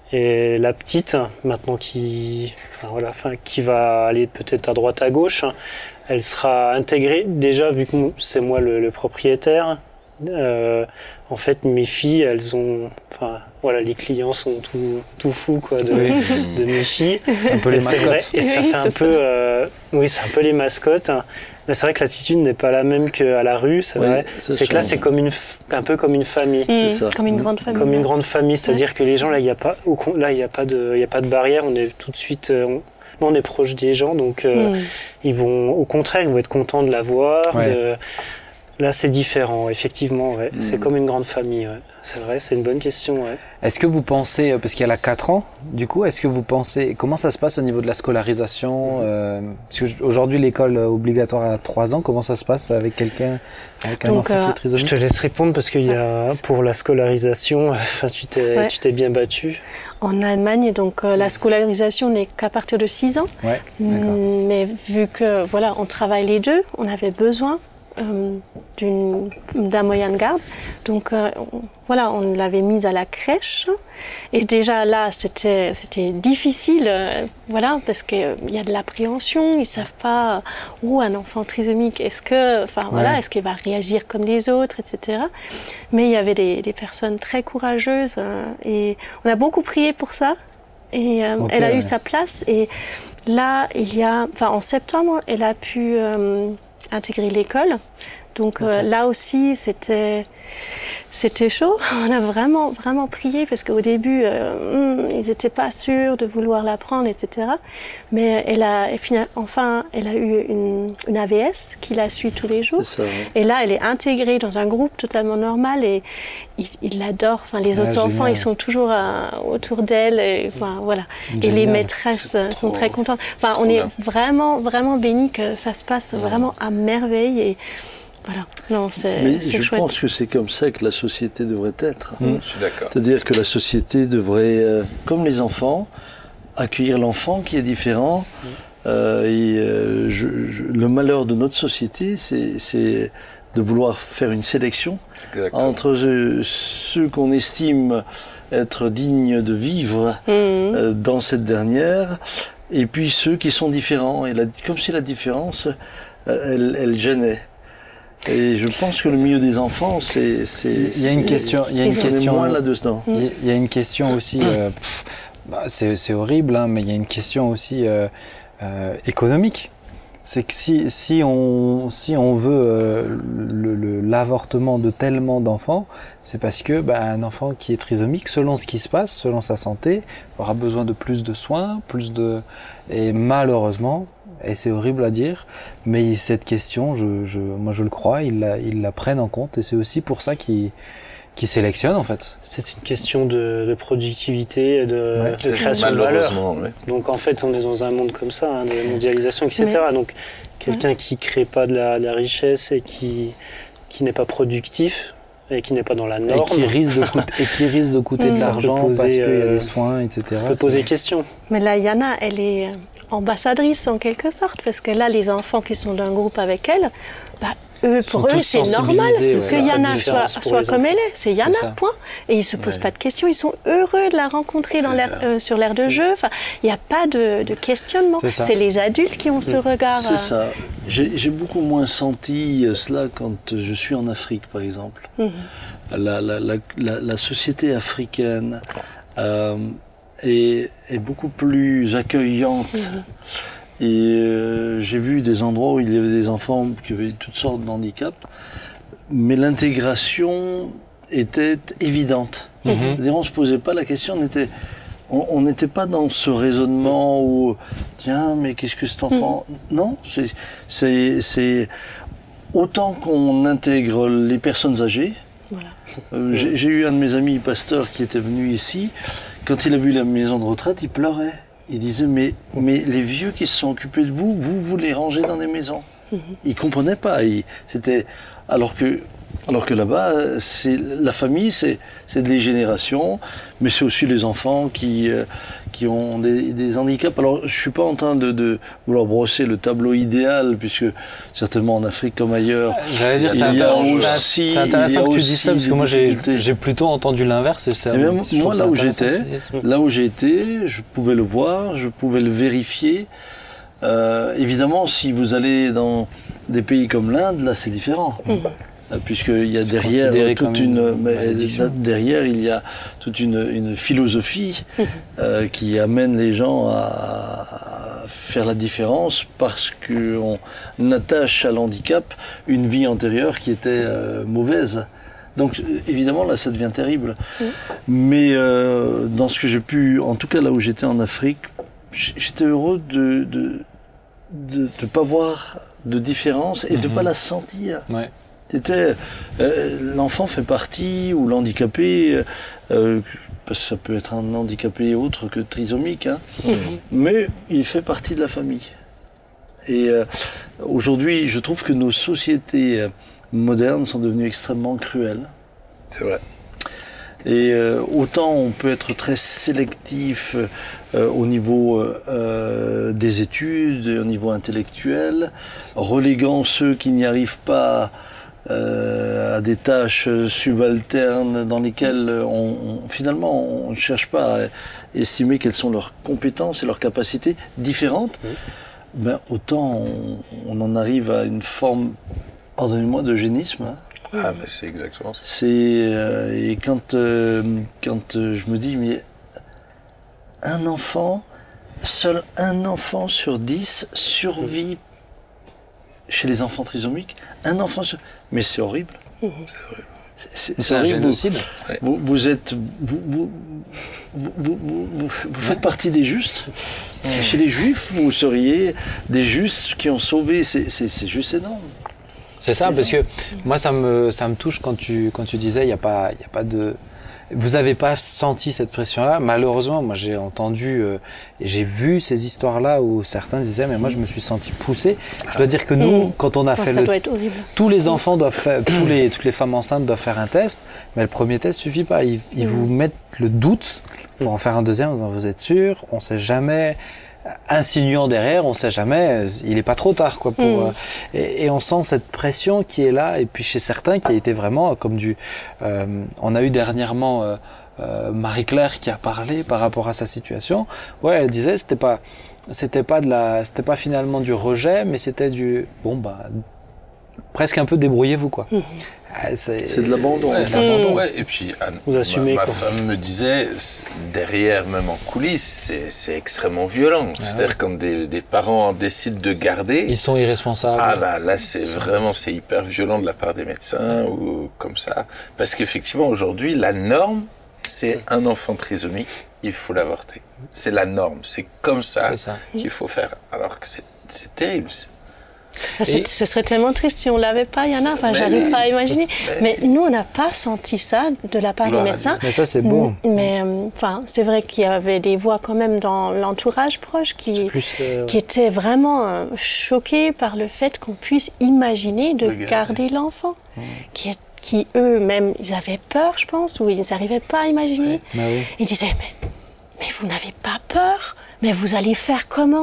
et la petite, maintenant qui, enfin, voilà, enfin, qui va aller peut-être à droite à gauche, elle sera intégrée, déjà vu que c'est moi le, le propriétaire, euh, en fait, mes filles, elles ont, enfin, voilà, les clients sont tout, tout fous, quoi, de, oui. de mes filles. C'est un peu les mascottes. Vrai, et ça oui, fait un peu, euh, oui, c'est un peu les mascottes. Mais c'est vrai que l'attitude n'est pas la même qu'à la rue, c'est oui, vrai. C'est que là, c'est comme une, un peu comme une famille. Mmh, comme une grande famille. Comme une grande famille, c'est-à-dire ouais. que les gens, là, il n'y a pas, là, il n'y a pas de, il n'y a pas de barrière. On est tout de suite, on, on est proche des gens, donc euh, mmh. ils vont, au contraire, ils vont être contents de la voir. Ouais. De, Là, c'est différent, effectivement. Ouais. Mmh. C'est comme une grande famille. Ouais. C'est vrai, c'est une bonne question. Ouais. Est-ce que vous pensez, parce qu'elle a quatre ans, du coup, est-ce que vous pensez, comment ça se passe au niveau de la scolarisation mmh. euh, Parce qu'aujourd'hui, l'école obligatoire à trois ans, comment ça se passe avec quelqu'un, avec un Donc, enfant euh, qui est trisomique? Je te laisse répondre parce qu'il y a, pour la scolarisation, enfin, tu t'es, ouais. tu t'es bien battu. En Allemagne, donc euh, la scolarisation n'est qu'à partir de six ans. Ouais, mmh, mais vu que, voilà, on travaille les deux, on avait besoin Euh, d'une, d'un moyen de garde. Donc euh, on, voilà, on l'avait mise à la crèche. Et déjà là, c'était, c'était difficile, euh, voilà, parce qu'il euh, y a de l'appréhension. Ils savent pas, oh, un enfant trisomique, est-ce que, enfin ouais. voilà, est-ce qu'il va réagir comme les autres, et cetera. Mais il y avait des, des personnes très courageuses euh, et on a beaucoup prié pour ça. Et euh, okay, elle a ouais. eu sa place. Et là, il y a, enfin en septembre, elle a pu euh, intégrer l'école. Donc okay. euh, là aussi, c'était, c'était chaud. On a vraiment, vraiment prié parce qu'au début, euh, ils n'étaient pas sûrs de vouloir l'apprendre, et cetera. Mais elle a, enfin, elle a eu une, une A V S qui la suit tous les jours. Ça, ouais. Et là, elle est intégrée dans un groupe totalement normal et ils l'adorent. Enfin, les autres ah, enfants, génial. Ils sont toujours euh, autour d'elle. Et, enfin, voilà. et les maîtresses c'est sont trop, très contentes. Enfin, on est vraiment, vraiment bénis que ça se passe ouais. vraiment à merveille. Et, Voilà. Non, c'est, Mais c'est je chouette. pense que c'est comme ça que la société devrait être. Mmh. Je suis d'accord. C'est-à-dire que la société devrait, euh, comme les enfants, accueillir l'enfant qui est différent. Mmh. Euh, et euh, je, je, le malheur de notre société, c'est, c'est de vouloir faire une sélection Exactement. Entre euh, ceux qu'on estime être dignes de vivre mmh. euh, dans cette dernière, et puis ceux qui sont différents. Et la, comme si la différence, euh, elle, elle gênait. Et je pense que le milieu des enfants, c'est, c'est, il y a une question, il y a une question moins là-dedans. Il y a une question aussi, euh, pff, bah, c'est, c'est horrible, hein, mais il y a une question aussi euh, euh, économique. C'est que si, si on, si on veut euh, le, le, l'avortement de tellement d'enfants, c'est parce que bah, un enfant qui est trisomique, selon ce qui se passe, selon sa santé, aura besoin de plus de soins, plus de, et malheureusement. Et c'est horrible à dire, mais cette question, je, je, moi je le crois, ils la, ils la prennent en compte et c'est aussi pour ça qu'ils, qu'ils sélectionnent en fait. C'est une question de, de productivité, de, ouais, de création de valeur. Ouais. Donc en fait, on est dans un monde comme ça, hein, de mondialisation, et cetera. Mais... Donc quelqu'un ouais. qui ne crée pas de la, de la richesse et qui, qui n'est pas productif, et qui n'est pas dans la norme. Et qui risque de coûter, et qui risque de, coûter mmh. de l'argent poser, parce qu'il y a des soins, et cetera. Ça peut poser question. Mais là, Yana, elle est ambassadrice en quelque sorte, parce que là, les enfants qui sont d'un groupe avec elle, bah, eux, pour eux, c'est normal ouais, que Yana soit, soit comme elle est. C'est Yana, c'est point. Et ils ne se posent ouais. pas de questions. Ils sont heureux de la rencontrer dans l'air, euh, sur l'aire de jeu. Enfin, il n'y a pas de, de questionnement. C'est, c'est les adultes qui ont ce regard. C'est ça. J'ai, j'ai beaucoup moins senti cela quand je suis en Afrique, par exemple. Mm-hmm. La, la, la, la, la société africaine euh, est, est beaucoup plus accueillante. Mm-hmm. Et euh, j'ai vu des endroits où il y avait des enfants qui avaient toutes sortes de handicaps, mais l'intégration était évidente. Mmh. C'est-à-dire, on ne se posait pas la question, on était, on n'était pas dans ce raisonnement où, tiens, mais qu'est-ce que cet enfant... Mmh. Non, c'est, c'est, c'est autant qu'on intègre les personnes âgées. Voilà. Euh, j'ai, j'ai eu un de mes amis pasteurs qui était venu ici, quand il a vu la maison de retraite, il pleurait. Il disait, mais, mais les vieux qui se sont occupés de vous, vous, vous les rangez dans des maisons. Mm-hmm. Il ne comprenait pas. Il, c'était, alors que Alors que là-bas, c'est, la famille, c'est, c'est les générations, mais c'est aussi les enfants qui, euh, qui ont des, des handicaps. Alors, je ne suis pas en train de, de vouloir brosser le tableau idéal, puisque certainement en Afrique comme ailleurs, J'allais dire, il c'est y a intéressant, aussi, c'est intéressant que tu aussi dis ça, parce que moi, j'ai, j'ai plutôt entendu l'inverse. Et c'est, eh bien, je moi, là où j'étais, ça. là où j'ai été, je pouvais le voir, je pouvais le vérifier. Euh, évidemment, si vous allez dans des pays comme l'Inde, là, c'est différent. Mmh. Puisqu'il y a derrière toute une, une mais derrière il y a toute une, une philosophie mmh. euh, qui amène les gens à, à faire la différence parce qu'on attache à l'handicap une vie antérieure qui était euh, mauvaise. Donc évidemment là ça devient terrible. Mmh. Mais euh, dans ce que j'ai pu, en tout cas là où j'étais en Afrique, j'étais heureux de de de ne pas voir de différence et mmh. de ne pas la sentir. Ouais. C'était, euh, l'enfant fait partie, ou l'handicapé, euh, parce que ça peut être un handicapé autre que trisomique, hein, mmh. mais il fait partie de la famille. Et euh, aujourd'hui, je trouve que nos sociétés modernes sont devenues extrêmement cruelles. C'est vrai. Et euh, autant on peut être très sélectif euh, au niveau euh, des études, au niveau intellectuel, reléguant ceux qui n'y arrivent pas Euh, à des tâches subalternes dans lesquelles on, on, finalement on ne cherche pas à estimer quelles sont leurs compétences et leurs capacités différentes, oui. ben, autant on, on en arrive à une forme, pardonnez-moi, d'eugénisme. Hein. Ah, mais c'est exactement ça. C'est, euh, et quand, euh, quand euh, je me dis, mais un enfant, seul un enfant sur dix survit chez les enfants trisomiques, un enfant sur... Mais c'est horrible. Mmh. C'est horrible. C'est, c'est, c'est, c'est horrible. Un génocide. Vous, vous, vous êtes... Vous, vous, vous, vous, vous, vous, vous faites partie des justes. Mmh. Chez les Juifs, vous seriez des justes qui ont sauvé... C'est, c'est, c'est juste énorme. C'est ça, c'est parce énorme. Que moi, ça me, ça me touche quand tu, quand tu disais, il n'y a pas, il y a pas de... Vous n'avez pas senti cette pression-là. Malheureusement, moi j'ai entendu euh, et j'ai vu ces histoires-là où certains disaient mais moi je me suis senti poussé. Je dois dire que nous, mmh. quand on a oh, fait ça le, doit être horrible. tous les enfants doivent faire, tous les, toutes les femmes enceintes doivent faire un test, mais le premier test suffit pas. Ils, ils mmh. vous mettent le doute pour en faire un deuxième. Vous êtes sûr, on sait jamais. Insinuant derrière, on sait jamais, il est pas trop tard quoi pour mmh. euh, et, et on sent cette pression qui est là et puis chez certains qui a été vraiment comme du euh, on a eu dernièrement euh, euh, Marie-Claire qui a parlé par rapport à sa situation. Ouais, elle disait c'était pas c'était pas de la c'était pas finalement du rejet mais c'était du bon bah presque un peu débrouillez-vous quoi. Mmh. C'est, c'est de l'abandon. C'est de l'abandon. Ouais. Et puis, Anne, vous assumez, ma, ma quoi. femme me disait, derrière, même en coulisses, c'est, c'est extrêmement violent. Ah C'est-à-dire ouais. quand des, des parents décident de garder... Ils sont irresponsables. Ah bah là, c'est, c'est vraiment, c'est hyper violent de la part des médecins ou comme ça. Parce qu'effectivement, aujourd'hui, la norme, c'est un enfant trisomique, il faut l'avorter. C'est la norme. C'est comme ça, c'est ça. qu'il faut faire. Alors que c'est, c'est terrible. Et... Ce serait tellement triste si on ne l'avait pas, Yana. Enfin, mais j'arrive oui. pas à imaginer. Mais, mais nous, on n'a pas senti ça de la part des médecins. Mais ça, c'est bon. Mais enfin, euh, c'est vrai qu'il y avait des voix quand même dans l'entourage proche qui, plus, euh, qui étaient vraiment euh, choqués par le fait qu'on puisse imaginer de Regarde. garder l'enfant. Mmh. Qui, qui, eux-mêmes, ils avaient peur, je pense, ou ils n'arrivaient pas à imaginer. Oui. Oui. Ils disaient, mais, mais vous n'avez pas peur? Mais vous allez faire comment?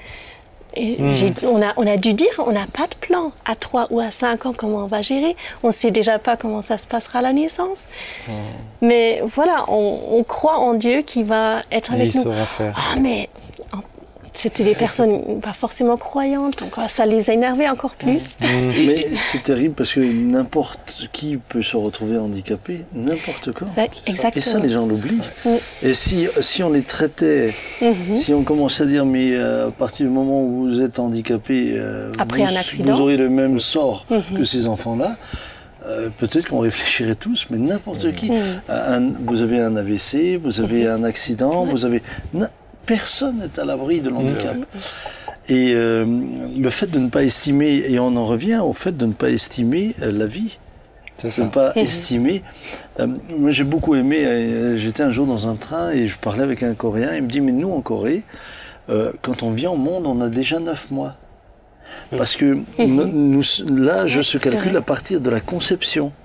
Et mmh. j'ai, on, a, on a dû dire, on n'a pas de plan à trois ou à cinq ans comment on va gérer. On ne sait déjà pas comment ça se passera à la naissance. Mmh. Mais voilà, on, on croit en Dieu qui va être avec Et nous. Il saura faire. Ah, mais c'était des personnes pas forcément croyantes, donc ça les a énervés encore plus. Mmh. Mais c'est terrible parce que n'importe qui peut se retrouver handicapé, n'importe quand. Ouais, exactement. Et ça, les gens l'oublient. Mmh. Et si, si on les traitait, mmh. si on commençait à dire, mais euh, à partir du moment où vous êtes handicapé, euh, Après vous, un accident. vous aurez le même sort mmh. que ces enfants-là, euh, peut-être qu'on réfléchirait tous, mais n'importe mmh. qui. Mmh. Un, vous avez un A V C, vous avez mmh. un accident, ouais. vous avez... Personne n'est à l'abri de l'handicap. Mmh. Et euh, le fait de ne pas estimer, et on en revient au fait de ne pas estimer euh, la vie, c'est ça. de ne pas mmh. estimer. Euh, moi j'ai beaucoup aimé, euh, j'étais un jour dans un train et je parlais avec un Coréen, il me dit, mais nous en Corée, euh, quand on vient au monde, on a déjà neuf mois. Parce que mmh. nous, l'âge ouais, se calcule à partir de la conception.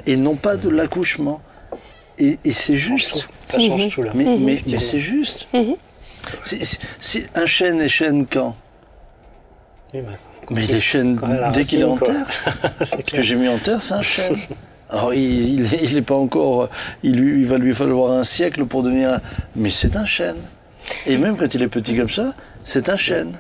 et non pas de l'accouchement. Et, et c'est juste. Ça change tout, là. Mais, mmh. mais, mais c'est juste. Mmh. C'est, c'est, c'est un chêne est chêne quand oui, bah, mais les chênes, dès qu'il est en terre. Ce que j'ai mis en terre, c'est un chêne. Alors, il n'est pas encore... Il, il va lui falloir un siècle pour devenir... Un, mais c'est un chêne. Et même quand il est petit comme ça, c'est un chêne.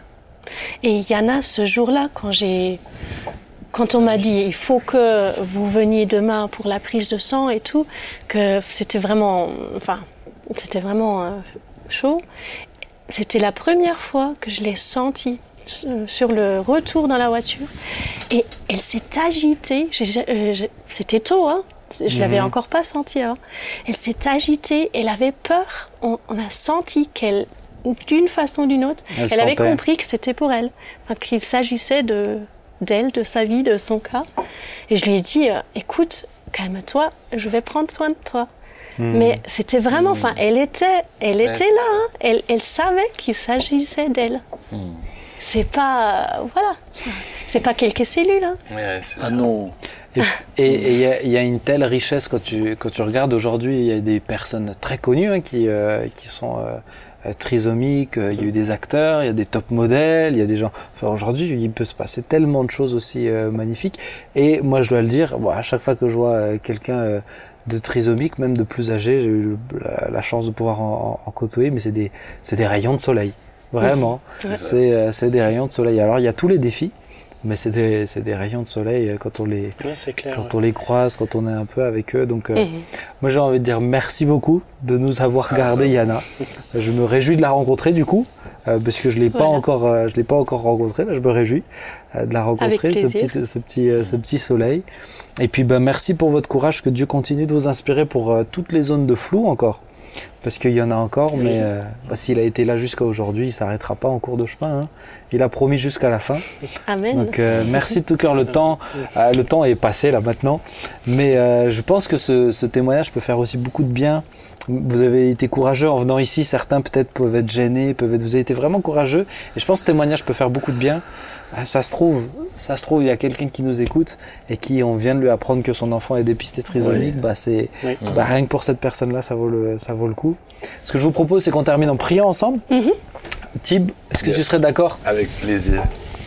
Et Yana, ce jour-là, quand j'ai... Quand on m'a dit, il faut que vous veniez demain pour la prise de sang et tout, que c'était vraiment... Enfin, c'était vraiment euh, chaud. C'était la première fois que je l'ai senti sur le retour dans la voiture. Et elle s'est agitée. J'ai, euh, j'ai, c'était tôt, hein. Je ne l'avais mmh. encore pas senti avant. Elle s'est agitée, elle avait peur. On, on a senti qu'elle, d'une façon ou d'une autre, elle, elle avait compris que c'était pour elle. Enfin, qu'il s'agissait de, d'elle, de sa vie, de son cas. Et je lui ai dit, euh, écoute, calme-toi, je vais prendre soin de toi. Mmh. Mais c'était vraiment, enfin, mmh. elle était, elle ouais, était là, hein. elle, elle savait qu'il s'agissait d'elle. Mmh. C'est pas, euh, voilà, c'est pas quelques cellules. Hein. Ouais, c'est ah ça. non. Et il y, y a une telle richesse quand tu, quand tu regardes aujourd'hui, il y a des personnes très connues hein, qui, euh, qui sont euh, trisomiques, il y a eu des acteurs, il y a des top modèles, il y a des gens... Enfin aujourd'hui, il peut se passer tellement de choses aussi euh, magnifiques. Et moi je dois le dire, bon, à chaque fois que je vois euh, quelqu'un euh, de trisomique, même de plus âgé, j'ai eu la, la chance de pouvoir en, en, en côtoyer, mais c'est des, c'est des rayons de soleil. Vraiment, mmh. c'est, euh, c'est des rayons de soleil. Alors il y a tous les défis, mais c'est des, c'est des rayons de soleil quand on les, ouais, c'est clair, quand ouais. on les croise, quand on est un peu avec eux. Donc, euh, mmh. moi j'ai envie de dire merci beaucoup de nous avoir gardé Yana. Je me réjouis de la rencontrer du coup, euh, parce que je l'ai voilà. pas encore, euh, je l'ai pas encore rencontrée. Là, je me réjouis euh, de la rencontrer, ce petit, ce petit, euh, ce petit soleil. Et puis, ben merci pour votre courage, que Dieu continue de vous inspirer pour euh, toutes les zones de flou encore. Parce qu'il y en a encore, mais euh, bah, s'il a été là jusqu'à aujourd'hui, il ne s'arrêtera pas en cours de chemin. Hein. Il a promis jusqu'à la fin. Amen. Donc euh, merci de tout cœur. Le temps, euh, le temps est passé là maintenant. Mais euh, je pense que ce, ce témoignage peut faire aussi beaucoup de bien. Vous avez été courageux en venant ici. Certains peut-être peuvent être gênés, peuvent être... vous avez été vraiment courageux. Et je pense que ce témoignage peut faire beaucoup de bien. Ça se trouve, ça se trouve, il y a quelqu'un qui nous écoute et qui, on vient de lui apprendre que son enfant est dépisté trisomique. Oui. Bah c'est, oui. bah rien que pour cette personne-là, ça vaut le, ça vaut le coup. Ce que je vous propose, c'est qu'on termine en priant ensemble. Mm-hmm. Tib, est-ce que yes. tu serais d'accord ? Avec plaisir.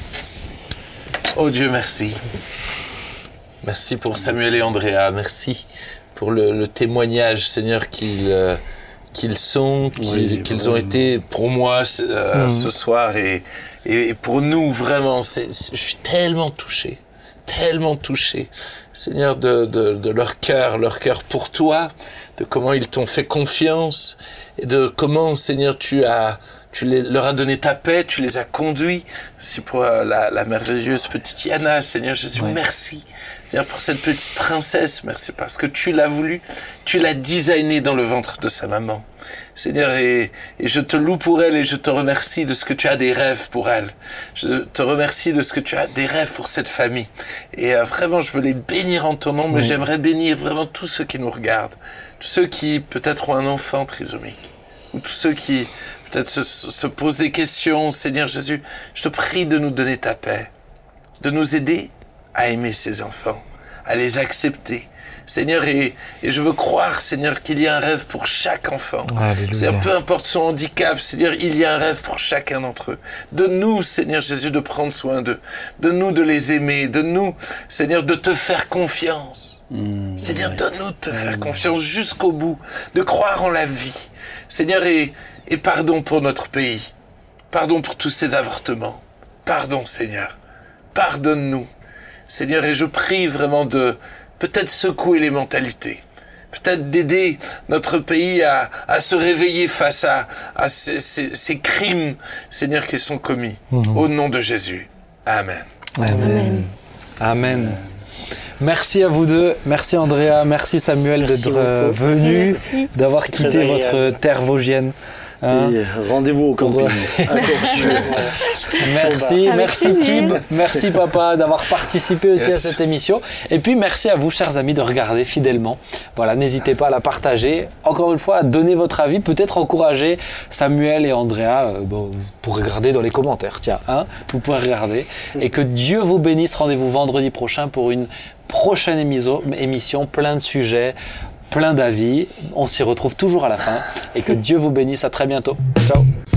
Oh Dieu, merci. Merci pour Samuel et Andrea. Merci pour le, le témoignage, Seigneur, qu'ils, euh, qu'ils sont, qu'ils, oui, qu'ils ont été pour moi euh, mm-hmm. ce soir et Et pour nous, vraiment, c'est, c'est, je suis tellement touché, tellement touché, Seigneur, de, de, de leur cœur, leur cœur pour toi, de comment ils t'ont fait confiance, et de comment, Seigneur, tu as, tu les, leur as donné ta paix, tu les as conduits. C'est pour euh, la, la merveilleuse petite Yana, Seigneur Jésus, ouais. merci. Seigneur, pour cette petite princesse, merci parce que tu l'as voulu, tu l'as designée dans le ventre de sa maman. Seigneur, et, et je te loue pour elle et je te remercie de ce que tu as des rêves pour elle. Je te remercie de ce que tu as des rêves pour cette famille. Et euh, vraiment, je veux les bénir en ton nom, mais oui. j'aimerais bénir vraiment tous ceux qui nous regardent, tous ceux qui peut-être ont un enfant trisomique, ou tous ceux qui peut-être se, se posent des questions. Seigneur Jésus, je te prie de nous donner ta paix, de nous aider à aimer ces enfants, à les accepter. Seigneur, et, et je veux croire, Seigneur, qu'il y a un rêve pour chaque enfant. Alléluia. C'est un peu importe son handicap, Seigneur, il y a un rêve pour chacun d'entre eux. Donne-nous, Seigneur Jésus, de prendre soin d'eux. Donne-nous de les aimer. Donne-nous, Seigneur, de te faire confiance. Mmh, Seigneur, ouais. donne-nous de te ouais. faire confiance jusqu'au bout, de croire en la vie. Seigneur, et, et pardon pour notre pays. Pardon pour tous ces avortements. Pardon, Seigneur. Pardonne-nous. Seigneur, et je prie vraiment de peut-être secouer les mentalités, peut-être d'aider notre pays à, à se réveiller face à, à ces, ces, ces crimes, Seigneur, qui sont commis. Mmh. Au nom de Jésus. Amen. Amen. Amen. Amen. Merci à vous deux. Merci Andrea, merci Samuel merci d'être beaucoup. venu, merci. d'avoir quitté votre terre vosgienne Hein. Et rendez-vous au camping. Merci, Avec merci plaisir. Tib, merci papa d'avoir participé aussi Yes. à cette émission. Et puis merci à vous, chers amis, de regarder fidèlement. Voilà, n'hésitez pas à la partager. Encore une fois, à donner votre avis, peut-être encourager Samuel et Andrea. Euh, bon, vous pourrez regarder dans les commentaires, tiens, hein, vous pourrez regarder. Et que Dieu vous bénisse. Rendez-vous vendredi prochain pour une prochaine émission, émission plein de sujets, plein d'avis. On s'y retrouve toujours à la fin. Et que Dieu vous bénisse. À très bientôt. Ciao.